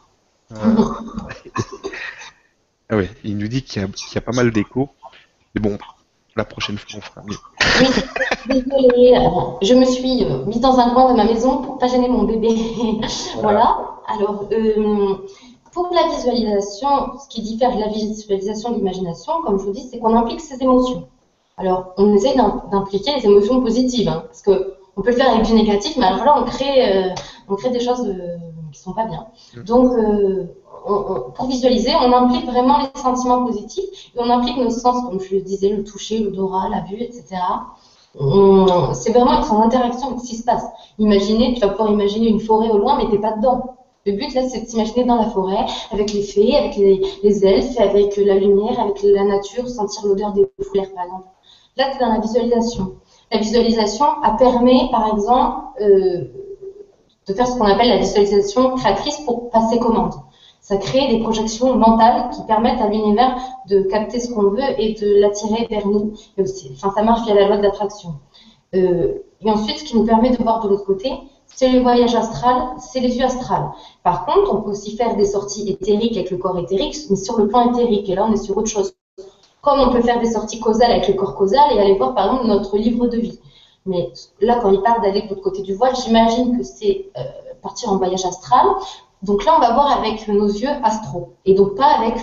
Ah ouais, il nous dit qu'il y a pas mal d'échos. Mais bon, la prochaine fois on fera mieux. Oui, désolée, je me suis mise dans un coin de ma maison pour pas gêner mon bébé. Voilà. Alors, pour la visualisation, ce qui diffère de la visualisation de l'imagination, comme je vous dis, c'est qu'on implique ses émotions. Alors, on essaie d'impliquer les émotions positives, hein, parce qu'on peut le faire avec du négatif, mais alors là, on crée des choses qui sont pas bien. Donc, pour visualiser, on implique vraiment les sentiments positifs, et on implique nos sens, comme je le disais, le toucher, l'odorat, la vue, etc. C'est vraiment être en interaction avec ce qui se passe. Imaginez, tu vas pouvoir imaginer une forêt au loin, mais t'es pas dedans. Le but, là, c'est de s'imaginer dans la forêt, avec les fées, avec les elfes, avec la lumière, avec la nature, sentir l'odeur des fleurs, par exemple. Là, tu es dans la visualisation. La visualisation permet, par exemple, de faire ce qu'on appelle la visualisation créatrice pour passer commande. Ça crée des projections mentales qui permettent à l'univers de capter ce qu'on veut et de l'attirer vers nous. Et aussi, enfin, ça marche via la loi de l'attraction. Et ensuite, ce qui nous permet de voir de l'autre côté, c'est le voyage astral, c'est les vues astrales. Par contre, on peut aussi faire des sorties éthériques avec le corps éthérique, mais sur le plan éthérique. Et là, on est sur autre chose. Comme on peut faire des sorties causales avec le corps causal et aller voir par exemple notre livre de vie. Mais là, quand il parle d'aller de l'autre côté du voile, j'imagine que c'est partir en voyage astral. Donc là, on va voir avec nos yeux astro et donc pas avec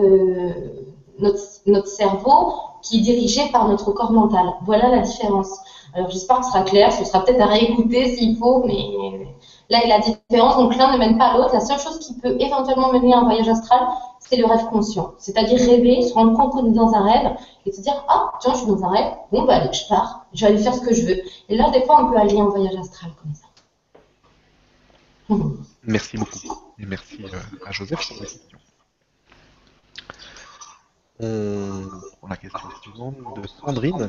notre cerveau qui est dirigé par notre corps mental. Voilà la différence. Alors j'espère que ce sera clair, ce sera peut-être à réécouter s'il faut, mais là il y a la différence. Donc l'un ne mène pas à l'autre. La seule chose qui peut éventuellement mener à un voyage astral, c'est le rêve conscient. C'est-à-dire rêver, se rendre compte qu'on est dans un rêve et se dire ah tiens je suis dans un rêve, bon bah allez je pars, je vais aller faire ce que je veux. Et là des fois on peut aller en voyage astral comme ça. Merci beaucoup. Et merci à Joseph pour la question. On prend la question suivante de Sandrine.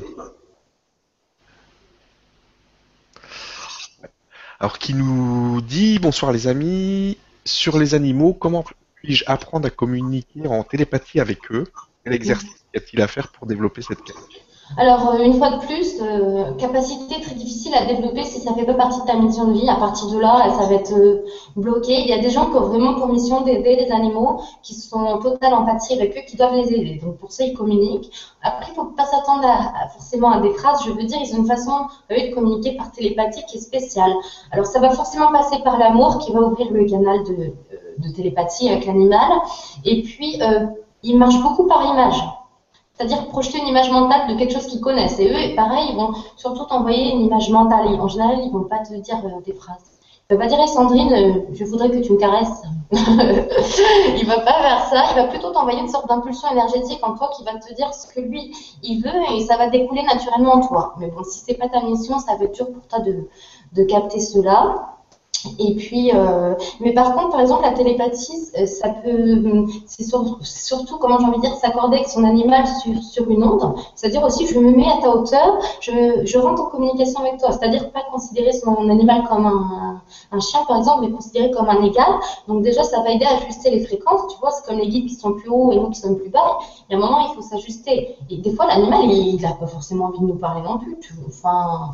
Alors, qui nous dit bonsoir les amis, sur les animaux, comment puis-je apprendre à communiquer en télépathie avec eux? Quel exercice y a-t-il à faire pour développer cette capacité? Alors, une fois de plus, capacité très difficile à développer si ça ne fait pas partie de ta mission de vie. À partir de là, ça va être bloqué. Il y a des gens qui ont vraiment pour mission d'aider les animaux, qui sont en totale empathie avec eux, qui doivent les aider. Donc, pour ça, ils communiquent. Après, il ne faut pas s'attendre forcément à des phrases. Je veux dire, ils ont une façon de communiquer par télépathie qui est spéciale. Alors, ça va forcément passer par l'amour qui va ouvrir le canal de télépathie avec l'animal. Et puis, ils marchent beaucoup par image. C'est-à-dire projeter une image mentale de quelque chose qu'ils connaissent. Et eux, pareil, ils vont surtout t'envoyer une image mentale. Et en général, ils ne vont pas te dire des phrases. Il ne va pas dire hey, Sandrine, je voudrais que tu me caresses. Il ne va pas faire ça. Il va plutôt t'envoyer une sorte d'impulsion énergétique en toi qui va te dire ce que lui, il veut et ça va découler naturellement en toi. Mais bon, si ce n'est pas ta mission, ça va être dur pour toi de capter cela. Et puis, mais par contre, par exemple, la télépathie, ça peut, c'est surtout, comment j'ai envie de dire, s'accorder avec son animal sur une onde. C'est-à-dire aussi, je me mets à ta hauteur, je rentre en communication avec toi. C'est-à-dire pas considérer son animal comme un chien, par exemple, mais considérer comme un égal. Donc déjà, ça va aider à ajuster les fréquences. Tu vois, c'est comme les guides qui sont plus hauts et nous qui sommes plus bas. Il y a un moment, il faut s'ajuster. Et des fois, l'animal, il n'a pas forcément envie de nous parler non plus. Enfin,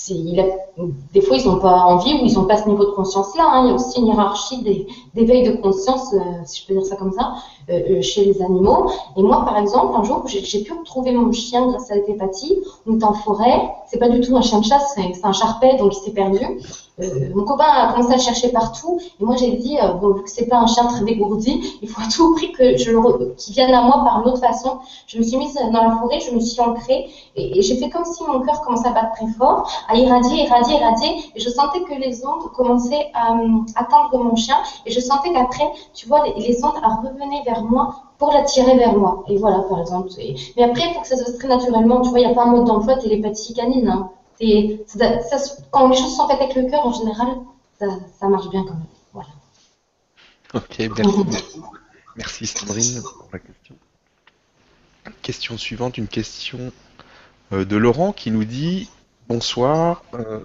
des fois, ils n'ont pas envie ou ils n'ont pas ce niveau de conscience-là. Hein. Il y a aussi une hiérarchie d'éveil de conscience, si je peux dire ça comme ça, chez les animaux. Et moi, par exemple, un jour, j'ai pu retrouver mon chien grâce à la télépathie. On est en forêt. C'est pas du tout un chien de chasse, c'est un charpet, donc il s'est perdu. Mon copain a commencé à le chercher partout. Et moi, j'ai dit, bon, vu que c'est pas un chien très dégourdi, il faut à tout prix qu'il vienne à moi par une autre façon. Je me suis mise dans la forêt, je me suis ancrée et j'ai fait comme si mon cœur commençait à battre très fort, à irradier. Et je sentais que les ondes commençaient à atteindre mon chien. Et je sentais qu'après, tu vois, les ondes revenaient vers moi pour l'attirer vers moi. Et voilà, par exemple. Mais après, il faut que ça se fasse très naturellement. Tu vois, il n'y a pas un mode d'emploi télépathie canine. Hein. Quand les choses sont faites avec le cœur, en général, ça marche bien quand même. Voilà. Ok, merci. Merci Sandrine pour la question. Question suivante, une question de Laurent qui nous dit bonsoir,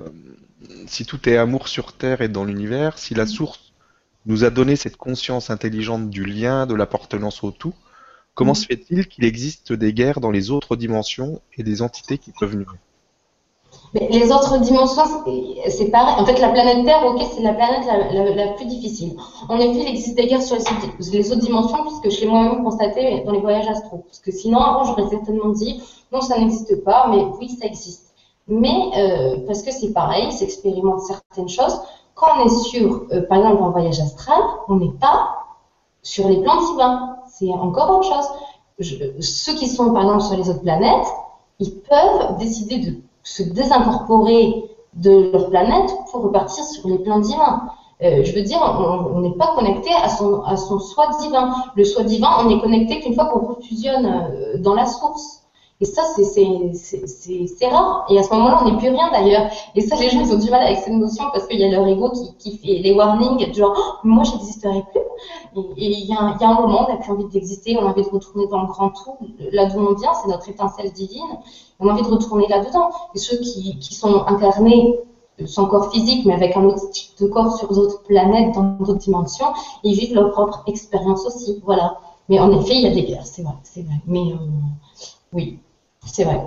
si tout est amour sur Terre et dans l'univers, si la source nous a donné cette conscience intelligente du lien, de l'appartenance au tout, comment se fait-il qu'il existe des guerres dans les autres dimensions et des entités qui peuvent nuire? Mais les autres dimensions, c'est pareil. En fait, la planète Terre, ok, c'est la planète la plus difficile. En effet, il existe des guerres sur les autres dimensions, puisque je l'ai moi-même constaté dans les voyages astro. Parce que sinon, avant, j'aurais certainement dit, non, ça n'existe pas, mais oui, ça existe. Mais, parce que c'est pareil, ça expérimente certaines choses. Quand on est sur, par exemple, en voyage astral, on n'est pas sur les plans divins. C'est encore autre chose. Ceux qui sont, par exemple, sur les autres planètes, ils peuvent décider de se désincorporer de leur planète pour repartir sur les plans divins. Je veux dire, on n'est pas connecté à son soi divin. Le soi divin, on n'est connecté qu'une fois qu'on refusionne dans la source. Et ça, c'est rare. Et à ce moment-là, on n'est plus rien d'ailleurs. Et ça, les gens, ils ont du mal avec cette notion parce qu'il y a leur ego qui fait les warnings, genre, oh, moi, j'existerai plus. Et il y a un moment, on n'a plus envie d'exister, on a envie de retourner dans le grand tout, là d'où on vient, c'est notre étincelle divine. On a envie de retourner là-dedans. Et ceux qui sont incarnés, son corps physique, mais avec un autre type de corps sur d'autres planètes, dans d'autres dimensions, ils vivent leur propre expérience aussi. Voilà. Mais en effet, il y a des guerres, c'est vrai. Mais oui. C'est vrai.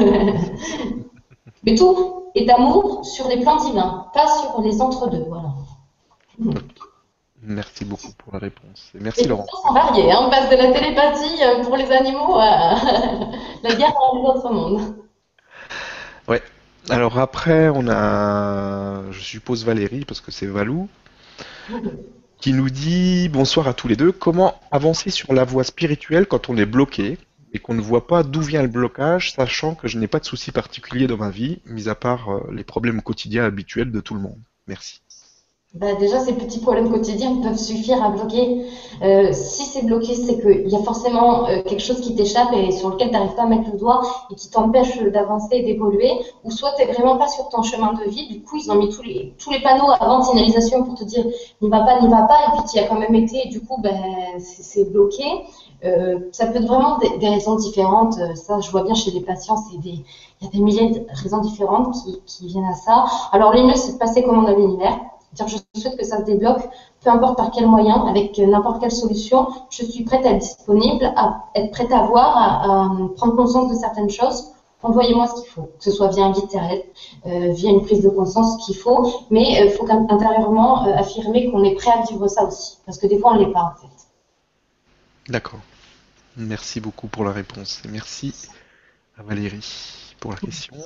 Mais tout est amour sur les plans divins, pas sur les entre-deux. Voilà. Merci beaucoup pour la réponse. Et Les merci Laurent. questions sont variées, hein. On passe de la télépathie pour les animaux à la guerre dans les autres mondes. Ouais. Alors après, on a, je suppose Valérie, parce que c'est Valou, qui nous dit bonsoir à tous les deux. Comment avancer sur la voie spirituelle quand on est bloqué et qu'on ne voit pas d'où vient le blocage, sachant que je n'ai pas de soucis particuliers dans ma vie, mis à part les problèmes quotidiens habituels de tout le monde. Merci. Bah, déjà, ces petits problèmes quotidiens peuvent suffire à bloquer. Si c'est bloqué, c'est qu'il y a forcément quelque chose qui t'échappe et sur lequel tu n'arrives pas à mettre le doigt et qui t'empêche d'avancer et d'évoluer. Ou soit tu n'es vraiment pas sur ton chemin de vie. Du coup, ils ont mis tous les panneaux avant de signalisation pour te dire n'y va pas, n'y va pas. Et puis tu y as quand même été et du coup, ben, c'est bloqué. Ça peut être vraiment des raisons différentes. Ça, je vois bien chez les patients, il y a des milliers de raisons différentes qui viennent à ça. Alors, le mieux, c'est de passer commande à l'univers. Dire je souhaite que ça se débloque, peu importe par quel moyen, avec n'importe quelle solution, je suis prête à être disponible, à être prête à voir, à prendre conscience de certaines choses. Envoyez-moi ce qu'il faut, que ce soit via un guide terrestre, via une prise de conscience, ce qu'il faut, mais il faut intérieurement affirmer qu'on est prêt à vivre ça aussi, parce que des fois on ne l'est pas en fait. D'accord. Merci beaucoup pour la réponse et merci à Valérie pour la question.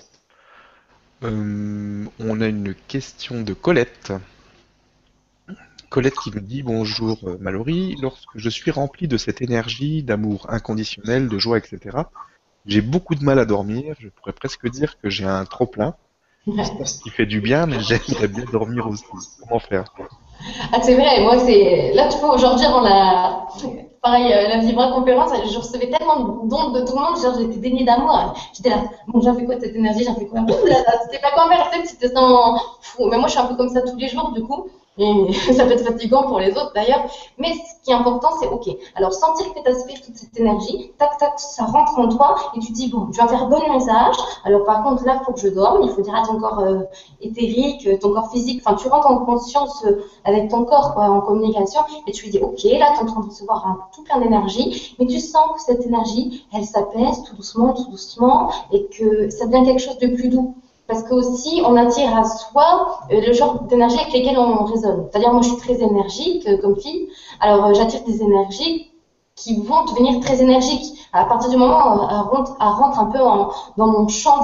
On a une question de Colette. Colette qui nous dit bonjour Mallory, lorsque je suis rempli de cette énergie d'amour inconditionnel, de joie, etc., j'ai beaucoup de mal à dormir. Je pourrais presque dire que j'ai un trop-plein. Ce qui fait du bien, mais j'aimerais bien dormir aussi. Comment faire? Ah, c'est vrai, moi, c'est. Là, tu vois, aujourd'hui, avant pareil, la Vibra conférence, je recevais tellement d'ondes de tout le monde, genre, j'étais dénuée d'amour. J'étais là, bon, j'en fais quoi de cette énergie, j'en fais quoi? Ouh là là, c'était pas quoi faire, tu te sens fou. Mais moi, je suis un peu comme ça tous les jours, du coup. Et ça peut être fatigant pour les autres d'ailleurs. Mais ce qui est important, c'est OK. Alors, sentir que tu aspires toute cette énergie, tac, tac, ça rentre en toi et tu te dis, bon, je vais faire bon message. Alors, par contre, là, il faut que je dorme. Il faut dire à ton corps éthérique, ton corps physique. Enfin, tu rentres en conscience avec ton corps, quoi, en communication. Et tu lui dis, OK, là, tu es en train de recevoir tout plein d'énergie. Mais tu sens que cette énergie, elle s'apaise tout doucement et que ça devient quelque chose de plus doux. Parce que aussi, on attire à soi le genre d'énergie avec lesquelles on résonne. C'est-à-dire, moi, je suis très énergique comme fille. Alors, j'attire des énergies qui vont devenir très énergiques. À partir du moment où elle rentre un peu dans mon champ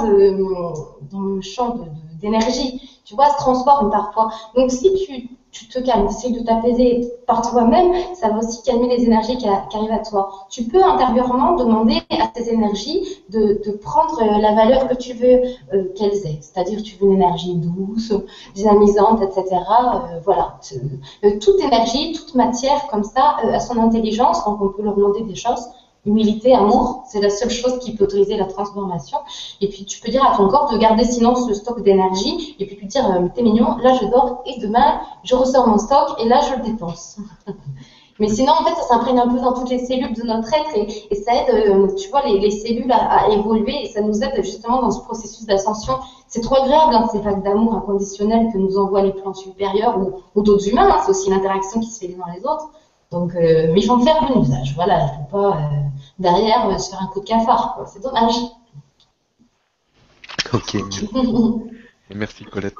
d'énergie, tu vois, elle se transforme parfois. Donc, si tu te calmes, tu essaies de t'apaiser par toi-même, ça va aussi calmer les énergies qui arrivent à toi. Tu peux intérieurement demander à ces énergies de prendre la valeur que tu veux qu'elles aient. C'est-à-dire, tu veux une énergie douce, dynamisante, etc. Voilà. Toute énergie, toute matière comme ça a son intelligence, donc on peut leur demander des choses. Humilité, amour, c'est la seule chose qui peut autoriser la transformation. Et puis tu peux dire à ton corps de garder sinon ce stock d'énergie, et puis tu dire t'es mignon, là je dors, et demain je ressors mon stock, et là je le dépense. Mais sinon, en fait, ça s'imprègne un peu dans toutes les cellules de notre être et ça aide, tu vois, les cellules à évoluer et ça nous aide justement dans ce processus d'ascension. C'est trop agréable, hein, ces vagues d'amour inconditionnel que nous envoient les plans supérieurs ou d'autres humains. Hein, c'est aussi l'interaction qui se fait les uns les autres. Donc, mais il faut en faire bon usage. Voilà, il ne faut pas derrière se faire un coup de cafard. C'est dommage. Ok, merci Colette.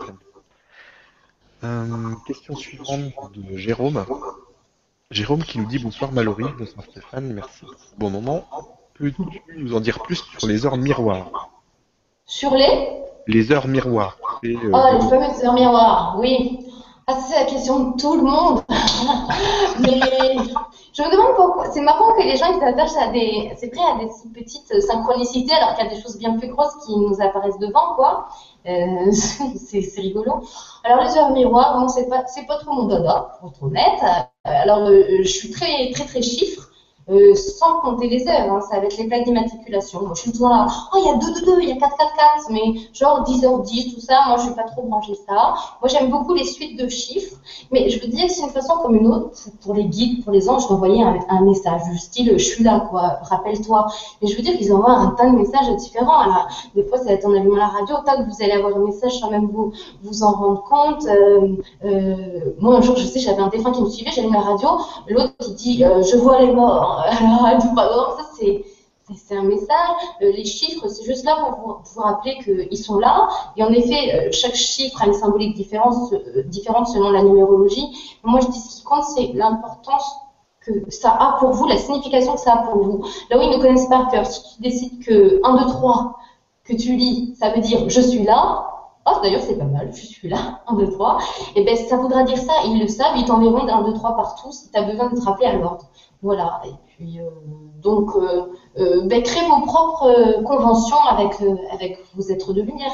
Question suivante de Jérôme. Jérôme qui nous dit bonsoir Mallory, bonsoir Stéphane, merci. Bon moment. Peux-tu nous en dire plus sur les heures miroirs? Sur les Les heures miroirs. C'est, Oh, les fameuses heures miroirs, oui. Ah, c'est la question de tout le monde. Mais je me demande pourquoi. C'est marrant que les gens ils s'attachent c'est vrai, à des si petites synchronicités alors qu'il y a des choses bien plus grosses qui nous apparaissent devant, quoi. C'est rigolo. Alors les heures miroirs, bon, c'est pas trop mon dada, pour être honnête. Alors je suis très très très chiffre. Sans compter les heures, hein, ça va être les plaques d'immatriculation. Moi, je suis toujours là, oh, il y a 2, il y a 4, mais genre 10h10, tout ça, moi, je ne suis pas trop branchée ça. Moi, j'aime beaucoup les suites de chiffres, mais je veux dire que c'est une façon comme une autre, pour les guides, pour les anges, d'envoyer un message du style, je suis là, quoi, rappelle-toi. Mais je veux dire qu'ils envoient un tas de messages différents. Alors, des fois, ça va être en allumant la radio, tac, vous allez avoir un message sans même vous en rendre compte. Moi, un jour, je sais, j'avais un défunt qui me suivait, j'allume la radio, l'autre qui dit, je vois les morts. Alors, tout pas ça C'est un message. Les chiffres, c'est juste là pour vous rappeler qu'ils sont là. Et en effet, chaque chiffre a une symbolique différente selon la numérologie. Moi, je dis ce qui compte, c'est l'importance que ça a pour vous, la signification que ça a pour vous. Là où ils ne connaissent pas par cœur, si tu décides que 1, 2, 3, que tu lis, ça veut dire je suis là. Oh, d'ailleurs, c'est pas mal, je suis là, 1, 2, 3. Et ben, ça voudra dire ça, ils le savent, ils t'enverront d'1, 2, 3 partout si tu as besoin de te rappeler à l'ordre. Voilà. Et puis, donc, ben, créez vos propres conventions avec vos êtres de lumière.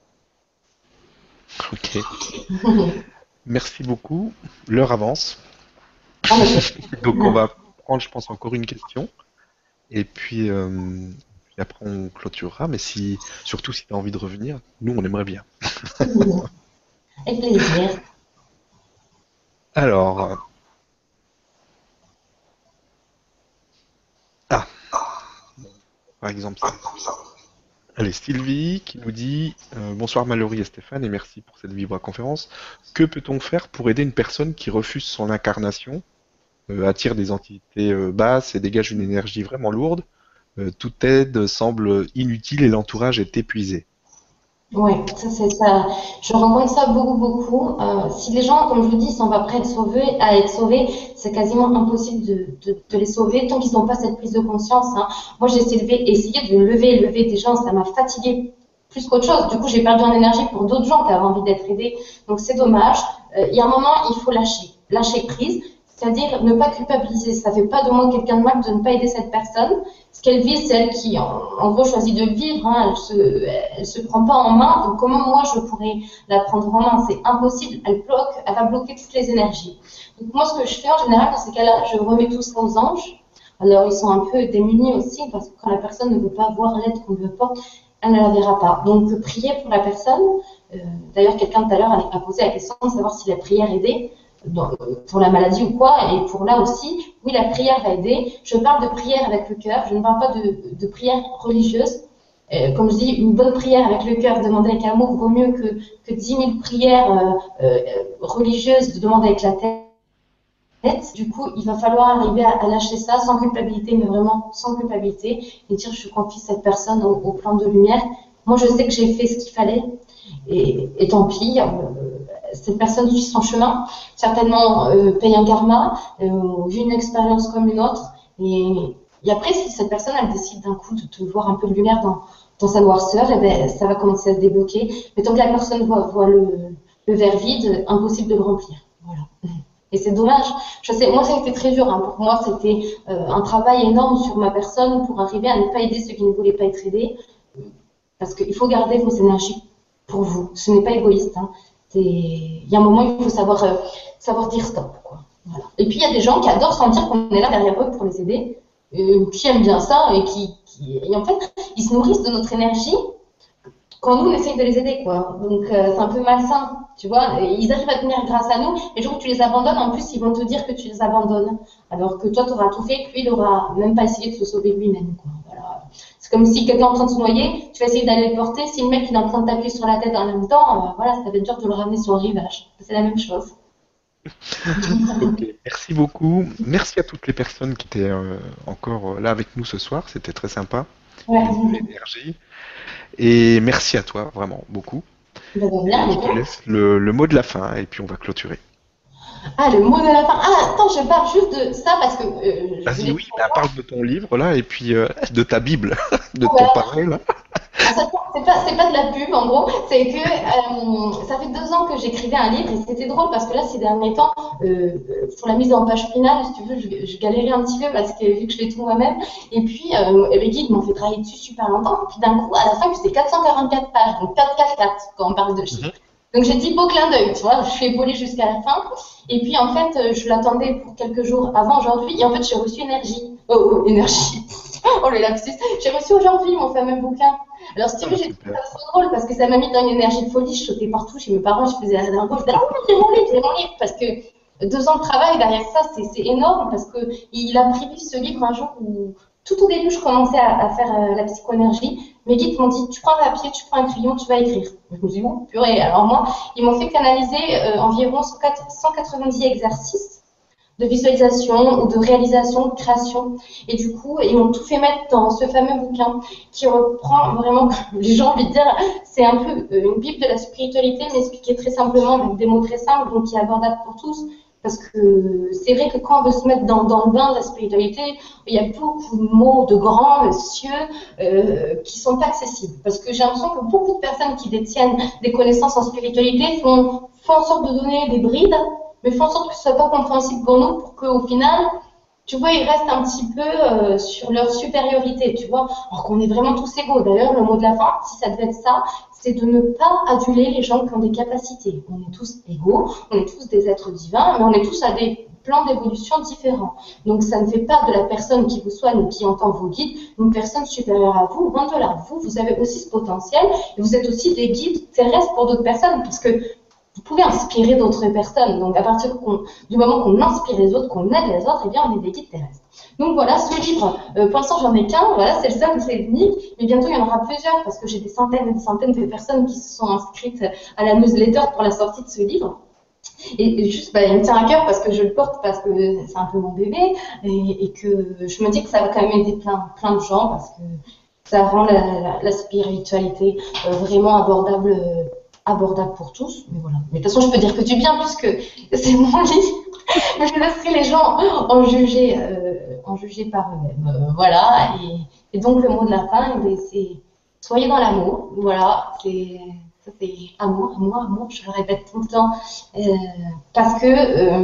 Ok. Merci beaucoup. L'heure avance. Ah, mais Donc on va prendre, je pense, encore une question. Et puis, après on clôturera. Mais si, surtout si tu as envie de revenir, nous on aimerait bien. avec plaisir. Alors, ah, par exemple ça. Allez, Sylvie qui nous dit bonsoir Mallory et Stéphane et merci pour cette vibra-conférence. Que peut-on faire pour aider une personne qui refuse son incarnation, attire des entités basses et dégage une énergie vraiment lourde? Toute aide semble inutile et l'entourage est épuisé. Oui, ça c'est ça. Je rencontre ça beaucoup. Si les gens, comme je vous dis, sont pas prêts à être sauvés, c'est quasiment impossible de les sauver tant qu'ils n'ont pas cette prise de conscience. Hein. Moi, j'ai essayé de lever des gens, ça m'a fatigué plus qu'autre chose. Du coup, j'ai perdu en énergie pour d'autres gens qui avaient envie d'être aidés. Donc, c'est dommage. Il y a un moment, il faut lâcher prise. C'est-à-dire ne pas culpabiliser. Ça ne fait pas de moi quelqu'un de mal de ne pas aider cette personne. Ce qu'elle vit, c'est elle qui, en gros, choisit de le vivre. Hein. Elle se prend pas en main. Donc, comment moi, je pourrais la prendre en main? C'est impossible. Elle va bloquer toutes les énergies. Donc, moi, ce que je fais en général, dans ces cas-là, je remets tout ça aux anges. Alors, ils sont un peu démunis aussi, parce que quand la personne ne veut pas voir l'aide qu'on lui apporte, elle ne la verra pas. Donc, priez pour la personne. D'ailleurs, quelqu'un tout à l'heure a posé la question de savoir si la prière aidait. Pour la maladie ou quoi, et pour là aussi, oui, la prière va aider. Je parle de prière avec le cœur, je ne parle pas de prière religieuse. Comme je dis, une bonne prière avec le cœur, demandée avec amour, vaut mieux que 10 000 prières religieuses demandées avec la tête. Du coup, il va falloir arriver à lâcher ça sans culpabilité, mais vraiment sans culpabilité, et dire je confie cette personne au plan de lumière. Moi, je sais que j'ai fait ce qu'il fallait, et tant pis. Cette personne suit son chemin, certainement paye un karma, vit une expérience comme une autre. Et après, si cette personne elle décide d'un coup de voir un peu de lumière dans sa noirceur, et ben, ça va commencer à se débloquer. Mais tant que la personne voit le verre vide, impossible de le remplir. Voilà. Et c'est dommage. Je sais, moi, ça a été très dur. Hein. Pour moi, c'était un travail énorme sur ma personne pour arriver à ne pas aider ceux qui ne voulaient pas être aidés. Parce qu'il faut garder vos énergies pour vous. Ce n'est pas égoïste. Hein. Il y a un moment, il faut savoir dire stop. Quoi. Voilà. Et puis, il y a des gens qui adorent sentir qu'on est là derrière eux pour les aider, qui aiment bien ça et en fait, ils se nourrissent de notre énergie quand nous, on essaye de les aider. Quoi. Donc, c'est un peu malsain, tu vois. Et ils arrivent à tenir grâce à nous. Et le jour où tu les abandonnes, en plus, ils vont te dire que tu les abandonnes. Alors que toi, tu auras tout fait, et lui, il n'aura même pas essayé de se sauver lui-même. Quoi. Voilà. C'est comme si quelqu'un est en train de se noyer, tu vas essayer d'aller le porter. Si le mec il est en train de t'appuyer sur la tête en même temps, voilà, ça va être dur de le ramener sur le rivage. C'est la même chose. Ok, merci beaucoup. Merci à toutes les personnes qui étaient encore là avec nous ce soir. C'était très sympa. Ouais. Une belle énergie. Et merci à toi, vraiment, beaucoup. Ben, Et bien, je te laisse le mot de la fin et puis on va clôturer. ah, le mot de la fin. Ah, attends, je parle juste de ça parce que je Vas-y, voulais oui, bah, parle de ton livre là et puis de ta Bible, de ton savoir. parole là. Ah, c'est pas de la pub en gros, c'est que ça fait 2 ans que j'écrivais un livre et c'était drôle parce que là ces derniers temps, pour la mise en page finale, si tu veux, je galérais un petit peu parce que vu que je fais tout moi-même, et puis les guides m'ont fait travailler dessus super longtemps, puis d'un coup à la fin c'était 444 pages, donc 444 quand on parle de chiffres. Donc j'ai dit beau clin d'œil, tu vois, je suis épaulée jusqu'à la fin. Et puis en fait, je l'attendais pour quelques jours avant aujourd'hui. Et en fait, j'ai reçu énergie. Énergie. Oh le lapsus. J'ai reçu aujourd'hui mon fameux bouquin. Alors si tu veux, j'ai trouvé ça trop drôle parce que ça m'a mis dans une énergie de folie. Je sautais partout chez mes parents, je faisais la dernière fois. Je disais, ah oui, j'ai mon livre. Parce que 2 ans de travail derrière ça, c'est énorme parce qu'il a pris ce livre un jour où tout au début, je commençais à faire la psychoénergie. Mes guides m'ont dit, tu prends un papier, tu prends un crayon, tu vas écrire. Je me dis, oh, purée. Alors moi, ils m'ont fait canaliser environ 190 exercices de visualisation ou de réalisation, de création. Et du coup, ils m'ont tout fait mettre dans ce fameux bouquin qui reprend vraiment, j'ai envie de dire, c'est un peu une bible de la spiritualité, mais expliqué très simplement avec des mots très simples, donc qui est abordable pour tous. Parce que c'est vrai que quand on veut se mettre dans le bain de la spiritualité, il y a beaucoup de mots de grands monsieur qui sont pas accessibles. Parce que j'ai l'impression que beaucoup de personnes qui détiennent des connaissances en spiritualité font en sorte de donner des brides, mais font en sorte que ce soit pas compréhensible pour nous, pour qu'au final, tu vois, ils restent un petit peu sur leur supériorité, tu vois, alors qu'on est vraiment tous égaux. D'ailleurs, le mot de la fin, si ça devait être ça, c'est de ne pas aduler les gens qui ont des capacités. On est tous égaux, on est tous des êtres divins, mais on est tous à des plans d'évolution différents. Donc, ça ne fait pas de la personne qui vous soigne ou qui entend vos guides une personne supérieure à vous. Loin de là, vous avez aussi ce potentiel et vous êtes aussi des guides terrestres pour d'autres personnes, parce que vous pouvez inspirer d'autres personnes. Donc, à partir du moment qu'on inspire les autres, qu'on aide les autres, eh bien, on est des guides terrestres. Donc, voilà, ce livre, pour l'instant, j'en ai qu'un. Voilà, c'est le seul, c'est unique. Mais bientôt, il y en aura plusieurs parce que j'ai des centaines et des centaines de personnes qui se sont inscrites à la newsletter pour la sortie de ce livre. Et juste, il me tient à cœur parce que je le porte, parce que c'est un peu mon bébé et que je me dis que ça va quand même aider plein de gens parce que ça rend la spiritualité vraiment abordable pour tous, mais voilà. Mais de toute façon, je peux dire que du bien puisque c'est mon livre, mais je laisserai les gens en juger par eux-mêmes. Voilà. Et donc le mot de la fin, c'est soyez dans l'amour. Voilà. Ça c'est amour. Je le répète tout le temps parce que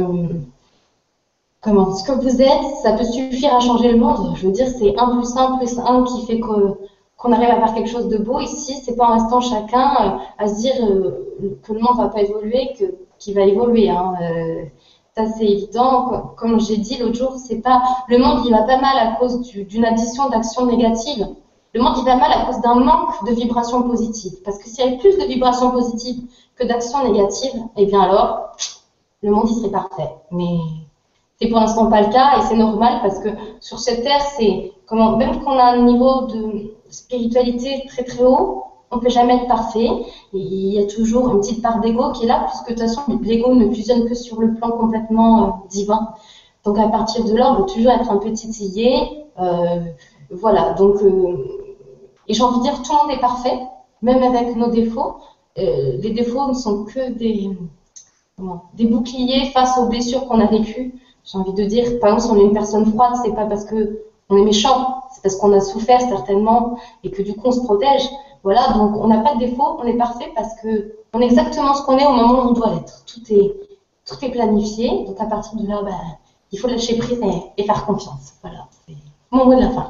ce que vous êtes, ça peut suffire à changer le monde. Je veux dire, c'est 1 plus 1 plus 1 qui fait qu'on arrive à faire quelque chose de beau ici. C'est pas en restant chacun à se dire que le monde va pas évoluer, qu'il va évoluer. Hein. Ça c'est évident. Comme j'ai dit l'autre jour, c'est pas le monde il va pas mal à cause d'une addition d'actions négatives. Le monde il va mal à cause d'un manque de vibrations positives. Parce que s'il y avait plus de vibrations positives que d'actions négatives, eh bien alors le monde il serait parfait. Mais c'est pour l'instant pas le cas et c'est normal parce que sur cette terre, même qu'on a un niveau de spiritualité très très haut, on ne peut jamais être parfait. Et il y a toujours une petite part d'ego qui est là, puisque de toute façon, l'ego ne fusionne que sur le plan complètement divin. Donc à partir de là, on peut toujours être un peu titillé. Voilà. Donc, et j'ai envie de dire, tout le monde est parfait, même avec nos défauts. Les défauts ne sont que des boucliers face aux blessures qu'on a vécues. J'ai envie de dire, par exemple, si on est une personne froide, c'est pas parce qu'on est méchant, c'est parce qu'on a souffert certainement et que du coup on se protège. Voilà, donc on n'a pas de défaut, on est parfait parce que on est exactement ce qu'on est au moment où on doit l'être. Tout est planifié, donc à partir de là, il faut lâcher prise et faire confiance. Voilà, c'est mon mot de la fin.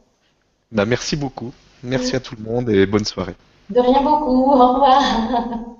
Merci beaucoup. Merci à tout le monde et bonne soirée. De rien beaucoup, au revoir.